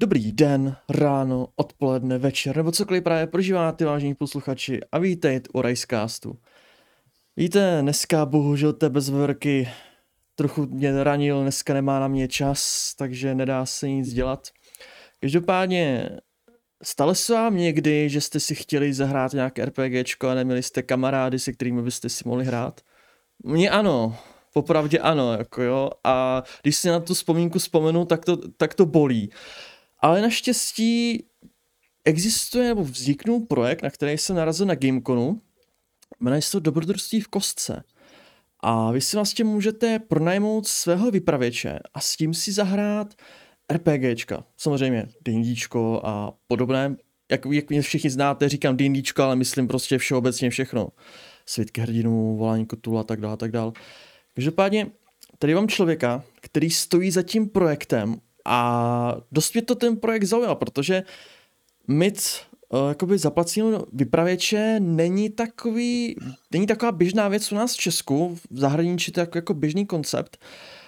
Dobrý den, ráno, odpoledne, večer, nebo cokoliv právě prožíváte, vážení posluchači, a vítejte u Ricecastu. Víte, dneska bohužel té bezveverky trochu mě ranil, dneska nemá na mě čas, takže nedá se nic dělat. Každopádně, stalo se vám někdy, že jste si chtěli zahrát nějaké RPGčko a neměli jste kamarády, se kterými byste si mohli hrát? Mně ano, popravdě ano, jako jo, a když si na tu vzpomínku vzpomenu, tak to bolí. Ale naštěstí existuje nebo vzniknul projekt, na který jsem narazil na Gameconu, jmenuje se to Dobrodružství v kostce. A vy si vlastně můžete pronajmout svého vypravěče a s tím si zahrát RPGčka. Samozřejmě D&Dčko a podobné. Jak mě všichni znáte, říkám D&Dčko, ale myslím prostě všeobecně všechno. Svitky hrdinů, volání Cthulhu a tak dále, tak dále. Každopádně, tady mám člověka, který stojí za tím projektem a dost mě to ten projekt zaujal, protože mít jakoby zaplaceného vypravěče není taková běžná věc u nás v Česku, v zahraničí to jako běžný koncept.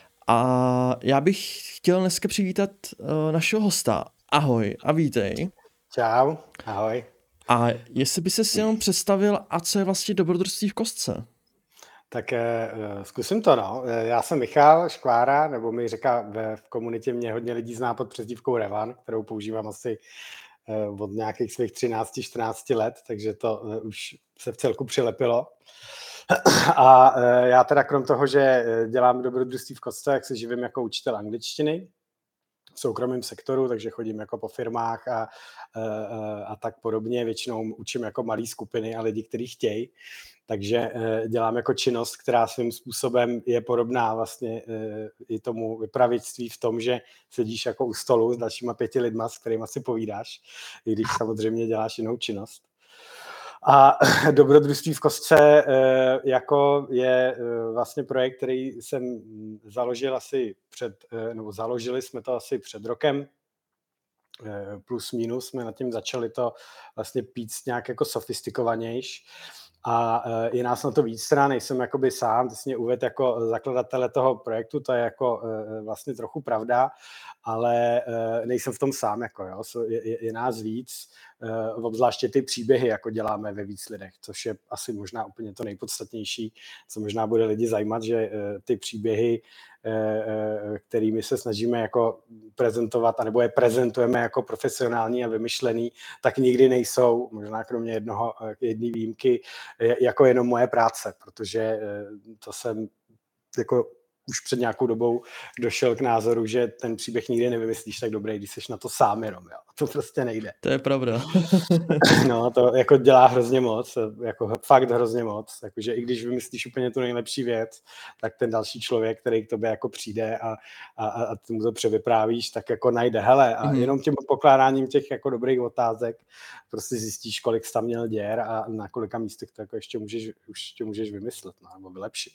A já bych chtěl dneska přivítat našeho hosta. Ahoj a vítej. Čau, ahoj. A jestli by ses jenom představil, a co je vlastně Dobrodružství v kostce? Tak zkusím to, no. Já jsem Michal Škvára, nebo mi říká, v komunitě mě hodně lidí zná pod přezdívkou Revan, kterou používám asi od nějakých svých 13-14 let, takže to už se v celku přilepilo. A já teda krom toho, že dělám Dobrodružství v kostce, jak se živím jako učitel angličtiny v soukromém sektoru, takže chodím jako po firmách a tak podobně. Většinou učím jako malé skupiny a lidi, kteří chtějí. Takže dělám jako činnost, která svým způsobem je podobná vlastně i tomu vypravěčství v tom, že sedíš jako u stolu s dalšíma 5 lidma, s kterýma si povídáš, i když samozřejmě děláš jinou činnost. A Dobrodružství v kostce jako je vlastně projekt, který jsem založil založili jsme to asi před rokem, plus minus, jsme nad tím začali to vlastně píct nějak jako sofistikovanější. A je nás na to víc stran, nejsem jakoby sám, ty jsi mě uvedl jako zakladatele toho projektu, to je jako vlastně trochu pravda, ale nejsem v tom sám, jako jo, je nás víc, obzvláště ty příběhy, jako děláme ve víc lidech, což je asi možná úplně to nejpodstatnější, co možná bude lidi zajímat, že ty příběhy, kterými se snažíme jako prezentovat, anebo je prezentujeme jako profesionální a vymyšlený, tak nikdy nejsou, možná kromě jedné výjimky, jako jenom moje práce, protože to jsem jako už před nějakou dobou došel k názoru, že ten příběh nikdy nevymyslíš tak dobrý, když jsi na to sám jenom, jo. To prostě nejde. To je pravda. No, to jako dělá hrozně moc, jako fakt hrozně moc, jakože i když vymyslíš úplně tu nejlepší věc, tak ten další člověk, který k tobě jako přijde a ty mu to převyprávíš, tak jako najde, hele, a jenom tím pokládáním těch jako dobrých otázek prostě zjistíš, kolik jsi tam měl děr a na kolika místech to jako ještě můžeš vymyslet, no, nebo vylepšit.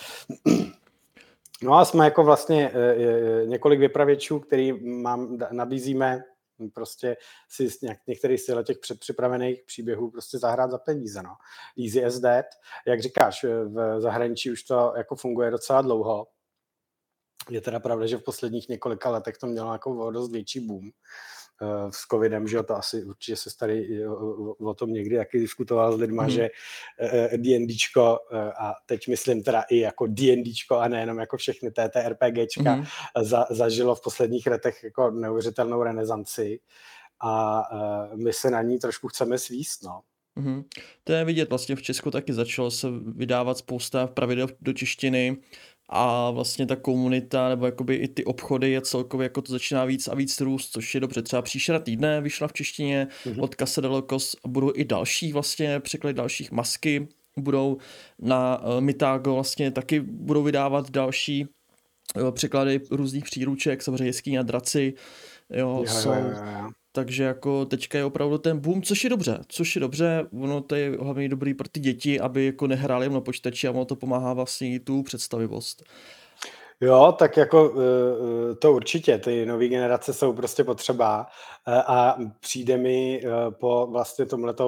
No a jsme jako vlastně několik vypravěčů, který nabízíme prostě si z některých z těch předpřipravených příběhů prostě zahrát za peníze, no. Easy as that. Jak říkáš, v zahraničí už to jako funguje docela dlouho. Je teda pravda, že v posledních několika letech to mělo jako dost větší boom. S covidem, že to asi určitě se tady o tom někdy taky diskutoval s lidma, že D&Dčko, a teď myslím teda i jako D&Dčko a nejenom jako všechny TTRPGčka, zažilo v posledních letech jako neuvěřitelnou renesanci a my se na ní trošku chceme svíst, no. To je vidět, vlastně v Česku taky začalo se vydávat spousta pravidel do češtiny a vlastně ta komunita nebo jakoby i ty obchody je celkově jako to začíná víc a víc růst, což je dobře. Třeba příští týdne vyšla v češtině od Casa de Locos a budou i další vlastně překlady dalších Masky, budou na Mythago vlastně taky budou vydávat další překlady různých příruček, samozřejmě Jeskyně a draci, jo. Takže jako teďka je opravdu ten boom, což je dobře, ono to je hlavně dobrý pro ty děti, aby jako nehráli jen na počítači a ono to pomáhá vlastně i tu představivost. Jo, tak jako to určitě, ty nové generace jsou prostě potřeba a přijde mi po vlastně tomhletom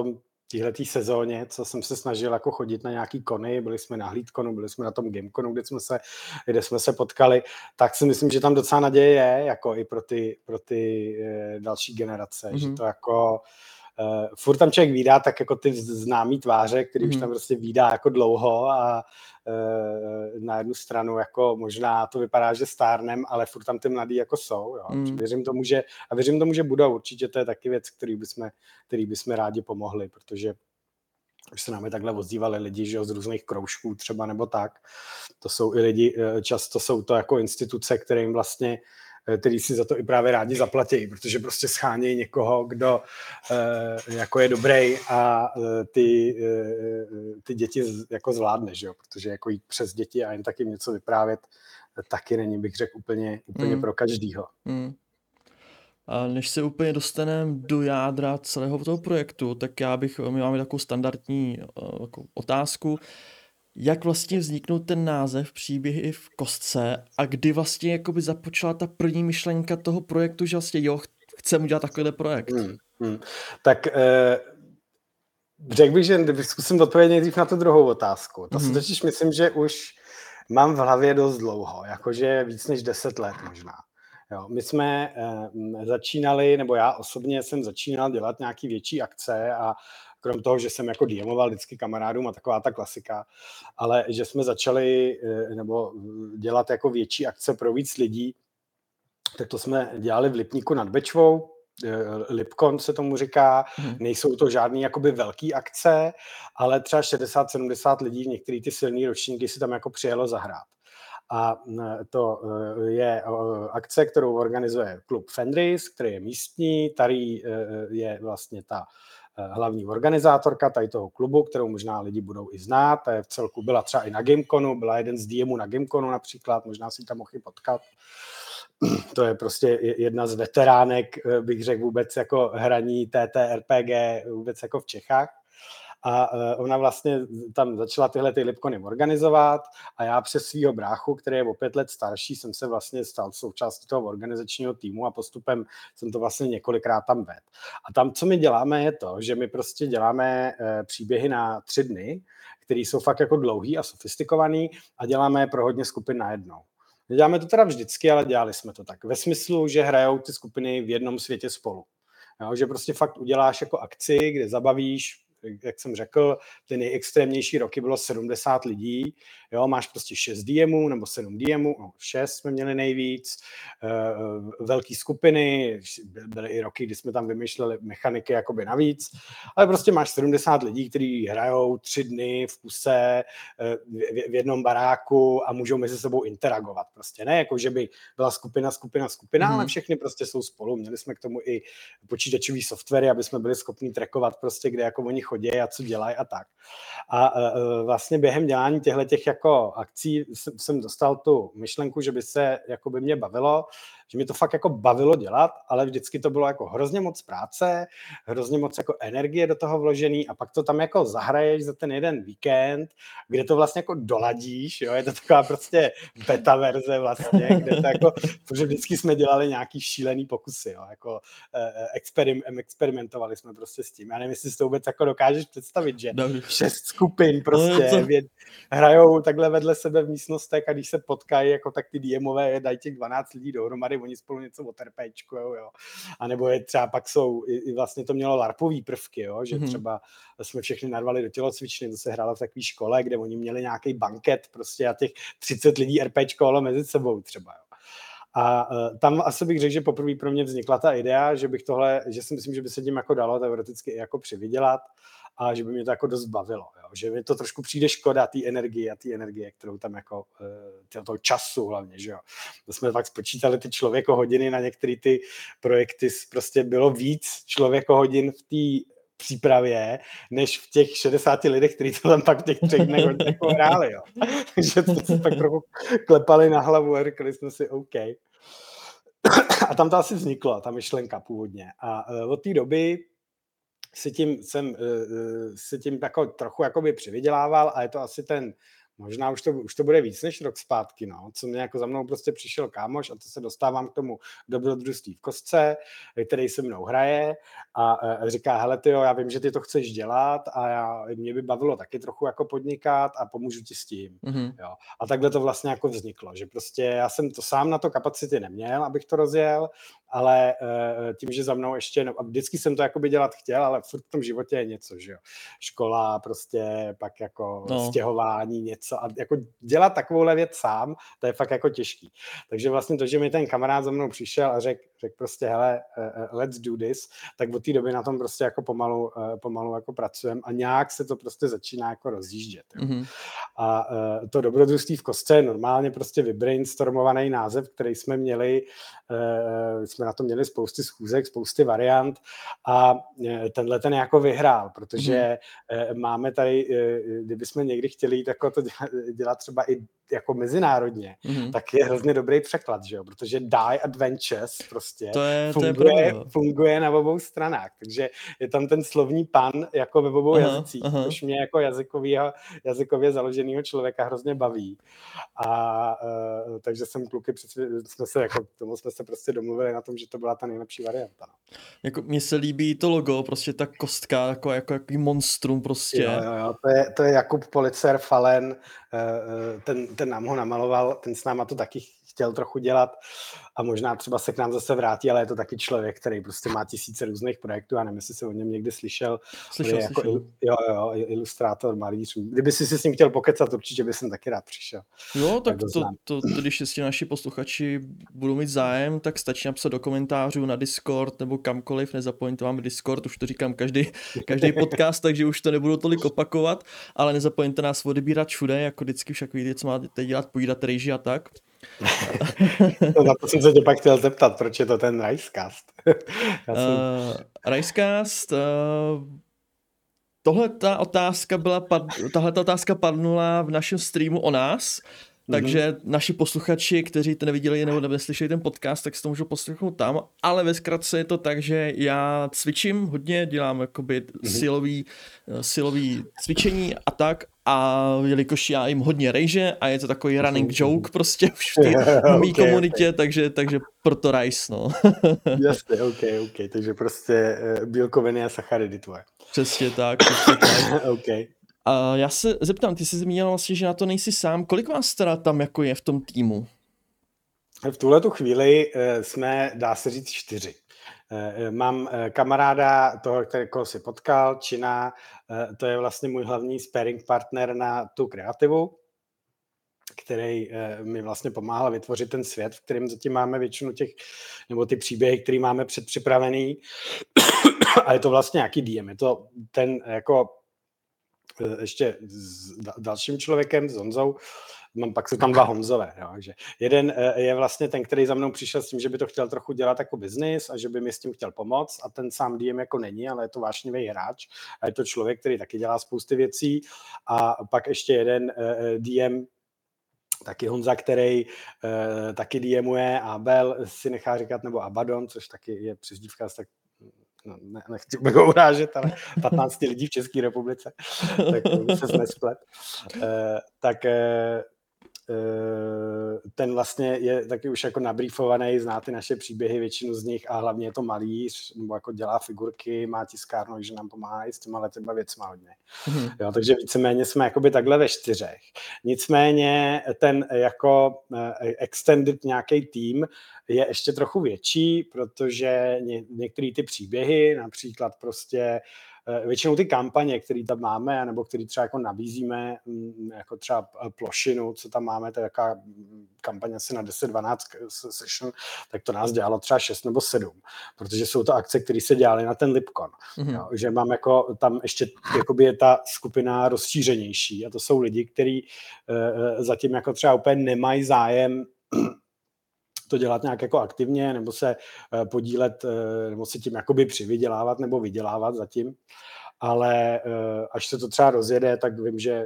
téhletý sezóně, co jsem se snažil jako chodit na nějaký kony, byli jsme na Hlídkonu, byli jsme na tom Gameconu, kde jsme se potkali, tak si myslím, že tam docela naděje je, jako i pro ty další generace, že to jako furt tam člověk vídá tak jako ty známý tváře, který už tam prostě vídá jako dlouho a na jednu stranu jako možná to vypadá, že stárnem, ale furt tam ty mladí jako jsou. Jo. Věřím tomu, že budou. Určitě to je taky věc, který bychom rádi pomohli, protože už se nám takhle ozdívali lidi, že jo, z různých kroužků třeba nebo tak. To jsou i lidi, často jsou to jako instituce, kterým vlastně který si za to i právě rádi zaplatí, protože prostě schánějí někoho, kdo jako je dobrý a ty děti jako zvládne, že jo? Protože jako jít přes děti a jen tak jim něco vyprávět, taky není, bych řekl, úplně pro každýho. A než se úplně dostaneme do jádra celého toho projektu, tak my máme takovou standardní otázku, jak vlastně vzniknul ten název Příběhy v kostce a kdy vlastně jakoby započala ta první myšlenka toho projektu, že vlastně chceme udělat takovýhle projekt. Tak řekl bych, že zkusím odpovědět nejdřív na tu druhou otázku. To si totiž myslím, že už mám v hlavě dost dlouho, jakože víc než 10 let možná. Jo, my jsme začínali, nebo já osobně jsem začínal dělat nějaký větší akce a krom toho, že jsem jako DMoval vždycky kamarádům a taková ta klasika, ale že jsme začali nebo dělat jako větší akce pro víc lidí, tak to jsme dělali v Lipníku nad Bečvou, Lipkon se tomu říká, nejsou to žádný jakoby velký akce, ale třeba 60-70 lidí v některé ty silné ročníky si tam jako přijelo zahrát. A to je akce, kterou organizuje klub Fenris, který je místní, tady je vlastně ta hlavní organizátorka tady toho klubu, kterou možná lidi budou i znát, ta je v celku byla třeba i na Gameconu, byla jeden z DMů na Gameconu například, možná si tam mohli potkat. To je prostě jedna z veteránek, bych řekl vůbec jako hraní TTRPG vůbec jako v Čechách. A ona vlastně tam začala tyhle ty Lipkony organizovat a já přes svýho bráchu, který je o 5 let starší, jsem se vlastně stal součástí toho organizačního týmu a postupem jsem to vlastně několikrát tam vedl. A tam, co my děláme, je to, že my prostě děláme příběhy na 3 dny, které jsou fakt jako dlouhý a sofistikovaný a děláme pro hodně skupin najednou. Neděláme to teda vždycky, ale dělali jsme to tak. Ve smyslu, že hrajou ty skupiny v jednom světě spolu. Jo, že prostě fakt uděláš jako akci, kde zabavíš, jak jsem řekl, ty nejextrémnější roky bylo 70 lidí, jo, máš prostě 6 DMů nebo 7 DMů, no 6 jsme měli nejvíc, velký skupiny, byly i roky, kdy jsme tam vymýšleli mechaniky jakoby navíc, ale prostě máš 70 lidí, kteří hrajou 3 dny v kuse v jednom baráku a můžou mezi sebou interagovat. Prostě ne, jako že by byla skupina, ale všechny prostě jsou spolu. Měli jsme k tomu i počítačový softwary, aby jsme byli schopni trackovat prostě, kde jako oni chodí a co dělají a tak. A vlastně během dělání těchto jako akcí jsem dostal tu myšlenku, že by se jako by mě bavilo, že mi to fakt jako bavilo dělat, ale vždycky to bylo jako hrozně moc práce, hrozně moc jako energie do toho vložený a pak to tam jako zahraješ za ten jeden víkend, kde to vlastně jako doladíš, jo, je to taková prostě beta verze vlastně, kde to jako, protože vždycky jsme dělali nějaký šílený pokusy, jo, jako experimentovali jsme prostě s tím. Já nevím, jestli si to vůbec jako dokážeš představit, že 6 skupin prostě hrajou takhle vedle sebe v místnostech a když se potkají, jako tak ty DMové dají těch 12 lidí dohromady, oni spolu něco oterpéčkujou, jo. A nebo je třeba pak jsou, i vlastně to mělo larpový prvky, jo, že třeba jsme všechny narvali do tělocvičny, to se hrálo v takové škole, kde oni měli nějaký banket prostě a těch 30 lidí RPčkovalo mezi sebou třeba, jo. A tam asi bych řekl, že poprvé pro mě vznikla ta idea, že si myslím, že by se tím jako dalo teoreticky i jako přivydělat a že by mě to jako dost bavilo, jo. Že mi to trošku přijde škoda té energie, kterou tam jako toho času hlavně, že jo. To jsme fakt spočítali ty člověkohodiny na některé ty projekty, prostě bylo víc člověkohodin v té přípravě, než v těch 60 lidech, kteří to tam pak v těch 3 dnech jako hráli, jo. Takže to se tak trochu klepali na hlavu a říkali jsme si OK. A tam to asi vzniklo, ta myšlenka původně. A od té doby jsem si tím jako trochu jakoby přivydělával a je to asi ten možná už to bude víc než rok zpátky, no, co mě jako za mnou prostě přišel kámoš a to se dostávám k tomu dobrodružství v kostce, který se mnou hraje a říká, hele tyjo, já vím, že ty to chceš dělat a mě by bavilo taky trochu jako podnikat a pomůžu ti s tím. Mhm. Jo. A takhle to vlastně jako vzniklo, že prostě já jsem to sám na to kapacity neměl, abych to rozjel, ale tím, že za mnou ještě, no, a vždycky jsem to jakoby dělat chtěl, ale furt v tom životě je něco, že jo. Škola, prostě pak jako stěhování, něco a jako dělat takovouhle věc sám, to je fakt jako těžký. Takže vlastně to, že mi ten kamarád za mnou přišel a řekl prostě, hele, let's do this, tak od té doby na tom prostě jako pomalu jako pracujeme a nějak se to prostě začíná jako rozjíždět. Mm-hmm. A to dobrodružství v kostce je normálně prostě vybrainstormovaný název, který jsme měli, jsme na to měli spousty schůzek, spousty variant a tenhle ten jako vyhrál, protože máme tady, kdybychom někdy chtěli jít jako to dělat třeba i jako mezinárodně, tak je hrozně dobrý překlad, že jo, protože Die Adventures prostě funguje na obou stranách, takže je tam ten slovní pan jako ve obou jazycích, což mě jako jazykově založenýho člověka hrozně baví. A takže jsem kluky, tomu jsme se prostě domluvili na tom, že to byla ta nejlepší varianta. No. Jako mně se líbí to logo, prostě ta kostka, jako jaký monstrum prostě. Jo, to je Jakub Policer Falen, ten nám ho namaloval, ten s náma to taky chtěl trochu dělat a možná třeba se k nám zase vrátí, ale je to taky člověk, který prostě má tisíce různých projektů a nevím, jestli se o něm někdy slyšel. Jako ilustrátor, malíř. Kdyby si s ním chtěl pokecat, určitě by jsem taky rád přišel. Jo, tak to když jestli naši posluchači budou mít zájem, tak stačí napsat do komentářů na Discord nebo kamkoliv, nezapomeňte, máme Discord, už to říkám každý podcast, takže už to nebudu tolik opakovat, ale nezapomeňte nás odebírat všude, jako vždycky však víte, co máte dělat, pojídat rejži a tak. Na to jsem se tě pak chtěl zeptat, proč je to ten Ricecast. Ricecast, tahle otázka padnula v našem streamu o nás, takže naši posluchači, kteří to neviděli nebo neslyšeli ten podcast, tak si to můžou poslechnout tam, ale ve zkratce je to tak, že já cvičím hodně, dělám jakoby silový cvičení a tak, a jelikož já jim hodně rejže a je to takový running joke prostě už v mý komunitě, takže proto Rice, no. Jasně, OK, takže prostě bílkoviny a sacharidy tvoje. Přesně tak. OK. A já se zeptám, ty jsi zmínil vlastně, že na to nejsi sám. Kolik vás teda tam jako je v tom týmu? V tuhletu chvíli jsme, dá se říct, 4. Mám kamaráda, kterého si potkal, Čina, to je vlastně můj hlavní sparring partner na tu kreativu, který mi vlastně pomáhal vytvořit ten svět, v kterém zatím máme většinu nebo ty příběhy, které máme předpřipravený. A je to vlastně nějaký DM, je to ten jako ještě s dalším člověkem, s Honzou, pak jsou tam 2 Honzové, jo, že jeden je vlastně ten, který za mnou přišel s tím, že by to chtěl trochu dělat jako biznis a že by mi s tím chtěl pomoct a ten sám DM jako není, ale je to vášnivý hráč a je to člověk, který taky dělá spousty věcí a pak ještě jeden DM, taky Honza, který taky DMuje, Abel si nechá říkat, nebo Abaddon, což taky je přezdívka, tak nechci ho urážet, ale 15 lidí v České republice, tak se nesplet. Ten vlastně je taky už jako nabrýfovaný, zná ty naše příběhy, většinu z nich a hlavně je to malíř, nebo jako dělá figurky, má tiskárnu, že nám pomáhá i s těma věcma hodně. Jo, takže víceméně jsme jakoby takhle ve 4. Nicméně ten jako extended nějaký tým je ještě trochu větší, protože některé ty příběhy, například prostě většinou ty kampaně, které tam máme, nebo které třeba jako nabízíme, jako třeba plošinu, co tam máme, to je jaká kampaně asi na 10-12 session, tak to nás dělalo třeba 6 nebo 7, protože jsou to akce, které se dělaly na ten Lipcon. Jo, že mám jako tam ještě jakoby je ta skupina rozšířenější a to jsou lidi, kteří zatím jako třeba úplně nemají zájem to dělat nějak jako aktivně, nebo se podílet, nebo si tím jakoby přivydělávat nebo vydělávat zatím. Ale až se to třeba rozjede, tak vím, že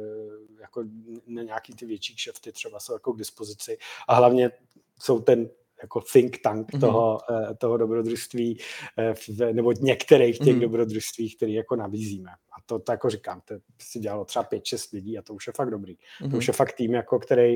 jako nějaký ty větší kšefty třeba jsou jako k dispozici. A hlavně jsou ten jako think tank toho dobrodružství, nebo některých těch dobrodružství, které jako nabízíme. A to jako říkám, to si dělalo třeba 5-6 lidí a to už je fakt dobrý. To už je fakt tým, jako který,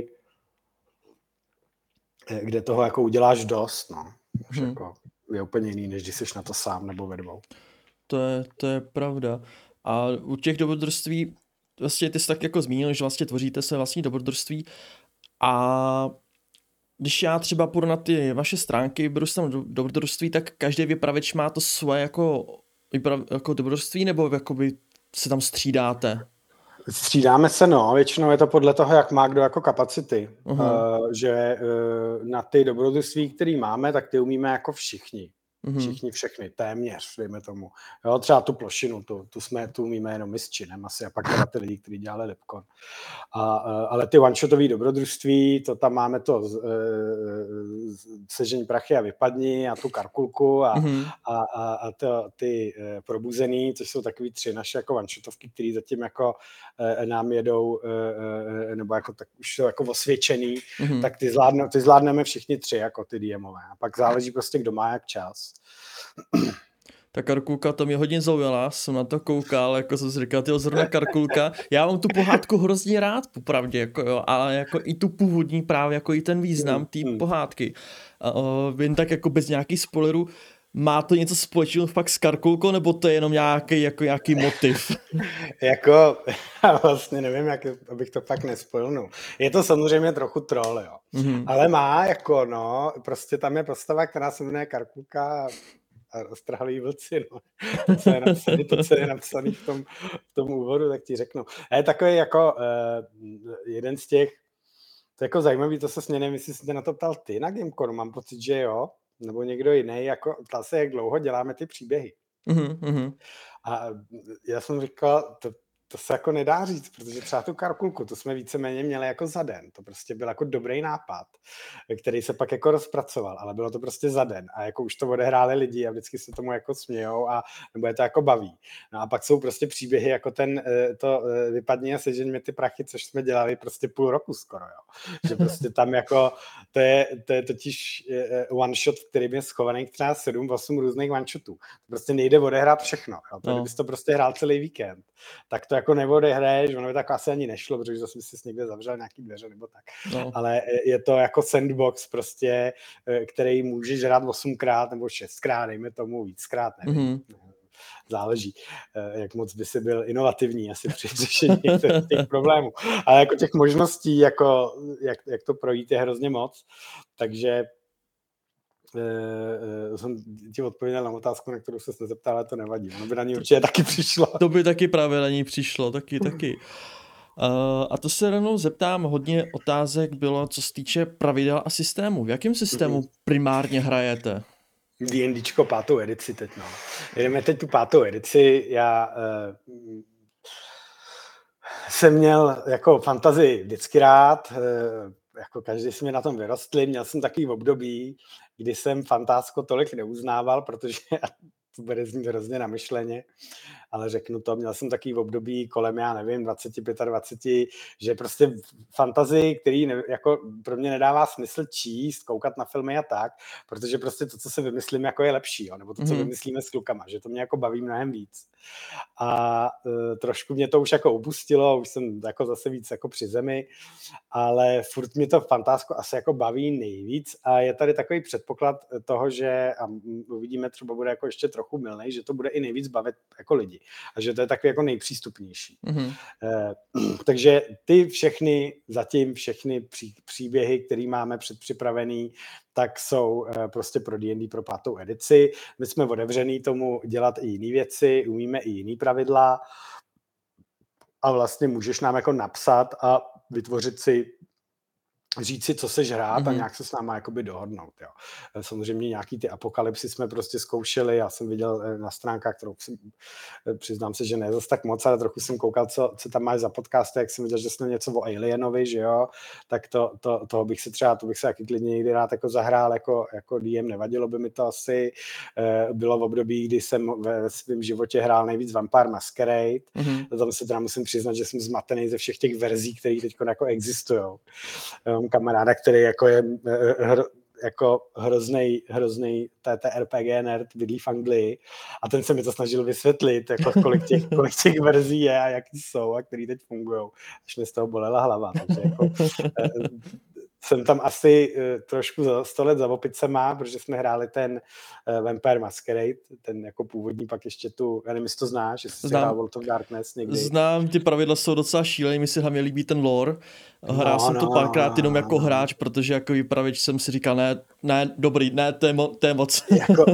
kde toho jako uděláš dost, no. Už jako je úplně jiný, než když jsi na to sám nebo ve dvou. To je pravda. A u těch dobrodružství, vlastně ty jsi tak jako zmínil, že vlastně tvoříte se vlastní dobrodružství a když já třeba půjdu na ty vaše stránky, budu se tam dobrodružství, tak každý vypravěč má to svoje jako dobrodružství, nebo jakoby se tam střídáte? Střídáme se, no. Většinou je to podle toho, jak má kdo jako kapacity. Že na ty dobrodružství, který máme, tak ty umíme jako všichni. Všichni, všechny, téměř, dejme tomu. Jo, třeba tu plošinu, tu umíme jenom my s Činem asi, a pak teda ty lidi, kteří dělali Lepkon. Ale ty one-shotové dobrodružství, to tam máme to sežení prachy a vypadni a tu karkulku a ty probuzený, což jsou takový 3 naše jako one-shotovky, které zatím jako nám jedou, nebo jako tak už jsou jako osvědčený, tak ty zvládneme všichni 3 jako ty DMové. A pak záleží prostě, kdo má jak čas. Ta karkulka, to mě hodně zaujala, jsem na to koukal, jako jsem si říkal, tyjo, zrovna karkulka, já mám tu pohádku hrozně rád, popravdě, jako jo, ale jako i tu původní právě, jako i ten význam té pohádky. Jen tak jako bez nějakých spoilerů, má to něco společného fakt s karkulkou, nebo to je jenom nějaký motiv? Jako, vlastně nevím, abych to fakt nespojil. Je to samozřejmě trochu troll, jo. Ale má jako, no, prostě tam je postava, která se jmenuje Karkulka a roztrhalí vlci, no. To, co je napsaný v tom úvodu, tak ti řeknu. A je takový jako jeden z těch, to je jako zajímavý, to se směně, jestli jsi na to ptal ty na Gameconu, mám pocit, že jo, nebo někdo jiný, jako ptal se, jak dlouho děláme ty příběhy. A já jsem říkal, to se jako nedá říct, protože třeba tu karkulku, to jsme víceméně měli jako za den. To prostě byl jako dobrý nápad, který se pak jako rozpracoval, ale bylo to prostě za den. A jako už to odehráli lidi a vždycky se tomu jako smějou a nebo je to jako baví. No a pak jsou prostě příběhy jako to vypadni a sežeňme ty prachy, což jsme dělali prostě půl roku skoro, jo. Že prostě tam jako, to je totiž one shot, který je schovaný třeba 7-8 různých one shotů. To prostě nejde odehrát všechno, jo. To, kdybys to prostě hrál celý víkend, tak to jako neodehraješ, ono by tak asi ani nešlo, protože zase by si někde zavřel nějaký dveře nebo tak. No. Ale je to jako sandbox prostě, který můžeš hrát 8krát nebo 6krát, dejme tomu víckrát, nevím. Záleží, jak moc by si byl inovativní asi při řešení těch problémů. Ale jako těch možností, jako, jak to projít, je hrozně moc. Takže jsem ti odpověděl na otázku, na kterou se nezeptal, ale to nevadí. Ono by na ní určitě taky přišlo. To by taky právě na ní přišlo, taky. A to se rovnou zeptám, hodně otázek bylo, co se týče pravidel a systému. V jakém systému primárně hrajete? D&Dčko 5. edici teď, no. Jedeme teď tu 5. edici, já jsem měl jako fantazii vždycky rád, jako každý jsme na tom vyrostli, měl jsem takový období, kdy jsem fantázko tolik neuznával, protože to bude znít hrozně namyšleně, ale řeknu to, měl jsem takový období kolem, já nevím, 25, že prostě fantazii, který jako pro mě nedává smysl číst, koukat na filmy a tak, protože prostě to, co si vymyslím, jako je lepší, jo, nebo to, co vymyslíme s klukama, že to mě jako baví mnohem víc. A trošku mě to už jako upustilo, už jsem jako zase víc jako při zemi, ale furt mě to fantázko asi jako baví nejvíc a je tady takový předpoklad toho, že a uvidíme, třeba bude jako ještě trochu mylnej, že to bude i nejvíc bavit jako lidi a že to je takový jako nejpřístupnější. Takže zatím všechny příběhy, které máme předpřipravený, tak jsou prostě pro D&D pro 5. edici. My jsme otevřený tomu dělat i jiné věci, umíme i jiný pravidla a vlastně můžeš nám jako napsat a vytvořit si, říct si, co seš hrát a nějak se s náma jakoby dohodnout. Jo. Samozřejmě nějaký ty apokalypsy jsme prostě zkoušeli, já jsem viděl na stránkách, kterou přiznám se, že ne zase tak moc, ale trochu jsem koukal, co tam máš za podcasty, jak jsem viděl, že jsme něco o Alienovi, že jo, tak to bych se taky klidně někdy rád jako zahrál, jako DM, nevadilo by mi to asi. Bylo v období, kdy jsem ve svém životě hrál nejvíc Vampire Masquerade, tam se teda musím přiznat, že jsem zmatený ze všech těch verzí, které teď jako existujou. Kamaráda, který jako je jako hroznej TTRPG nerd, bydlí v Anglii a ten se mi to snažil vysvětlit, jako kolik těch verzí je a jaký jsou a který teď fungujou. Až mi z toho bolela hlava, takže jako jsem tam asi trošku 100 let za opicema, protože jsme hráli ten Vampire Masquerade, ten jako původní, pak ještě tu, já nevím, jestli to znáš, jestli jsi hrál World of Darkness někdy. Znám, ty pravidla jsou docela šílený, mi se hlavně líbí ten lore. Hrál jsem to párkrát jenom jako hráč, protože jako vypravěč jsem si říkal, ne, dobrý, ne, to je moc. Jako,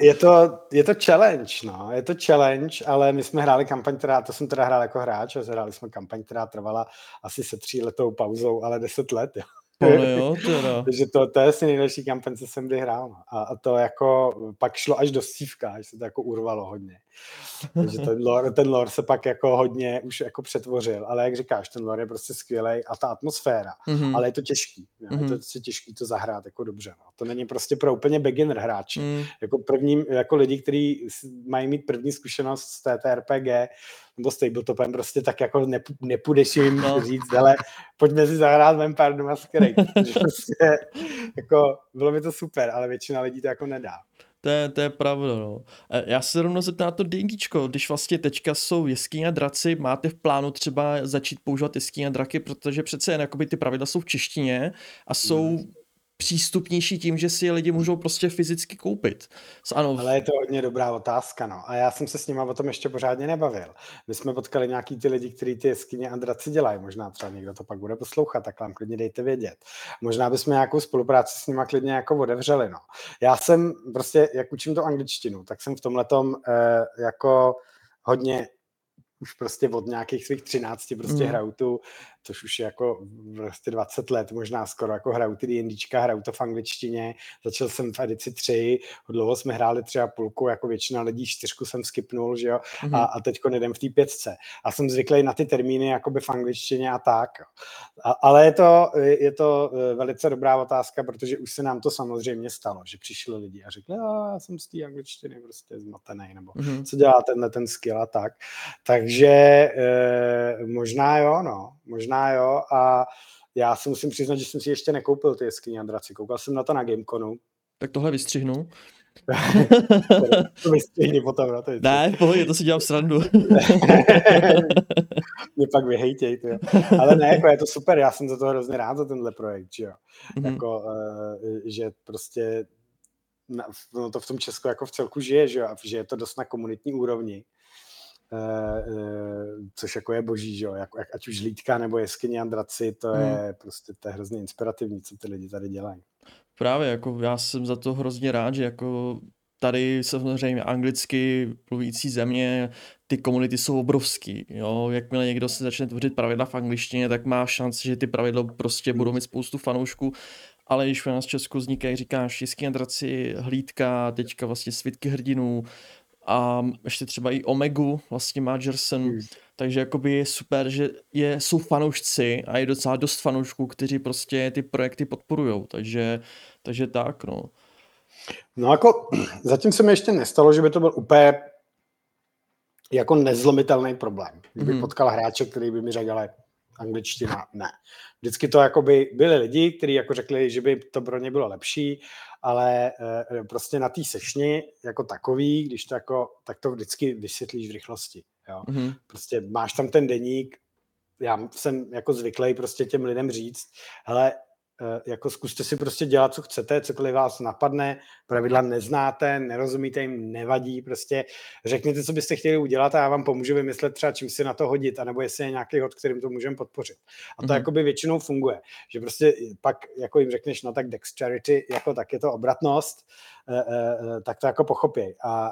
je to challenge, no, je to challenge, ale my jsme hráli kampaň, to jsem teda hrál jako hráč a hráli jsme kampaň, která trvala asi se 3letou pauzou, ale 10 let, jo. No jo, teda. Takže to je asi nejlepší kampaň, co jsem kdy hrál. No. A to jako pak šlo až do stívka, až se to jako urvalo hodně. Takže ten lore se pak jako hodně už jako přetvořil, ale jak říkáš, ten lore je prostě skvělej a ta atmosféra, ale je to těžký, je to těžký to zahrát jako dobře. No. To není prostě pro úplně beginner hráče. Jako lidi, kteří mají mít první zkušenost s TTRPG nebo s tabletopem, prostě tak jako nepůjdeš jim říct, ale pojďme si zahrát Vampire the Masquerade. Prostě, jako, bylo by to super, ale většina lidí to jako nedá. To je pravda, no. Já se rovnou zeptám na to D&Dčko, když vlastně teďka jsou jeskyně a draci, máte v plánu třeba začít používat jeskyně a draky, protože přece jen jakoby ty pravidla jsou v češtině a jsou přístupnější tím, že si je lidi můžou prostě fyzicky koupit. Ano. Ale je to hodně dobrá otázka, no. A já jsem se s nima o tom ještě pořádně nebavil. My jsme potkali nějaký ty lidi, kteří ty jeskyně a draci dělají. Možná třeba někdo to pak bude poslouchat, tak vám klidně dejte vědět. Možná bychom nějakou spolupráci s nima klidně jako otevřeli, no. Já jsem prostě, jak učím to angličtinu, tak jsem v tomhletom jako hodně už prostě od nějakých svých 13 prostě hraju tu, což už je jako prostě 20 let, možná skoro jako hraju ty D&Dčka, hraju to v angličtině, začal jsem v edici 3, dlouho jsme hráli 3,5, jako většina lidí 4 jsem skipnul, že jo, a teďko nedem v té 5. A jsem zvyklý na ty termíny jakoby v angličtině a tak. Ale je to velice dobrá otázka, protože už se nám to samozřejmě stalo, že přišli lidi a řekli, já jsem z té angličtiny prostě zmatený, nebo co dělá ten skill a tak. Takže možná jo a já si musím přiznat, že jsem si ještě nekoupil ty jeskyně a draci. Koukal jsem na to na Gameconu. Tak tohle vystřihnu. To vystřihni potom. No, to je ne, v pohodě, to si dělám srandu. Mě pak vyhejtěj, ty. Ale ne, jako je to super, já jsem za to hrozně rád za tenhle projekt, že jo. Jako, že prostě no to v tom Česku jako v celku žije, že jo, a že je to dost na komunitní úrovni. Což jako je boží, že jo, ať už hlídka nebo jeskyně a draci, to je prostě to je hrozně inspirativní, co ty lidi tady dělají. Právě, jako já jsem za to hrozně rád, že jako tady samozřejmě anglicky mluvící země, ty komunity jsou obrovský, jo, jakmile někdo se začne tvořit pravidla v angličtině, tak má šanci, že ty pravidla prostě budou mít spoustu fanoušků, ale když u nás v Česku vznikají, říkáš, jeskyně a draci, hlídka, teďka vlastně svitky hrdinů, a ještě třeba i Omegu vlastně má Jerson, takže jakoby je super, že jsou fanoušci a je docela dost fanoušků, kteří prostě ty projekty podporujou, takže tak, no. No jako zatím se mi ještě nestalo, že by to byl úplně jako nezlomitelný problém. Kdybych potkal hráče, který by mi řekl, angličtina, ne. Vždycky to jakoby byli lidi, kteří jako řekli, že by to pro ně bylo lepší, ale prostě na té sešni jako takový, když to jako, tak to vždycky vysvětlíš v rychlosti. Jo? Prostě máš tam ten deník, já jsem jako zvyklý prostě těm lidem říct, hele, jako zkuste si prostě dělat, co chcete, cokoliv vás napadne, pravidla neznáte, nerozumíte jim, nevadí, prostě řekněte, co byste chtěli udělat a já vám pomůžu vymyslet třeba, čím si na to hodit, anebo jestli je nějaký hod, kterým to můžeme podpořit. A to jakoby většinou funguje, že prostě pak jako jim řekneš, no tak dexterity, jako tak je to obratnost, tak to jako pochopí. A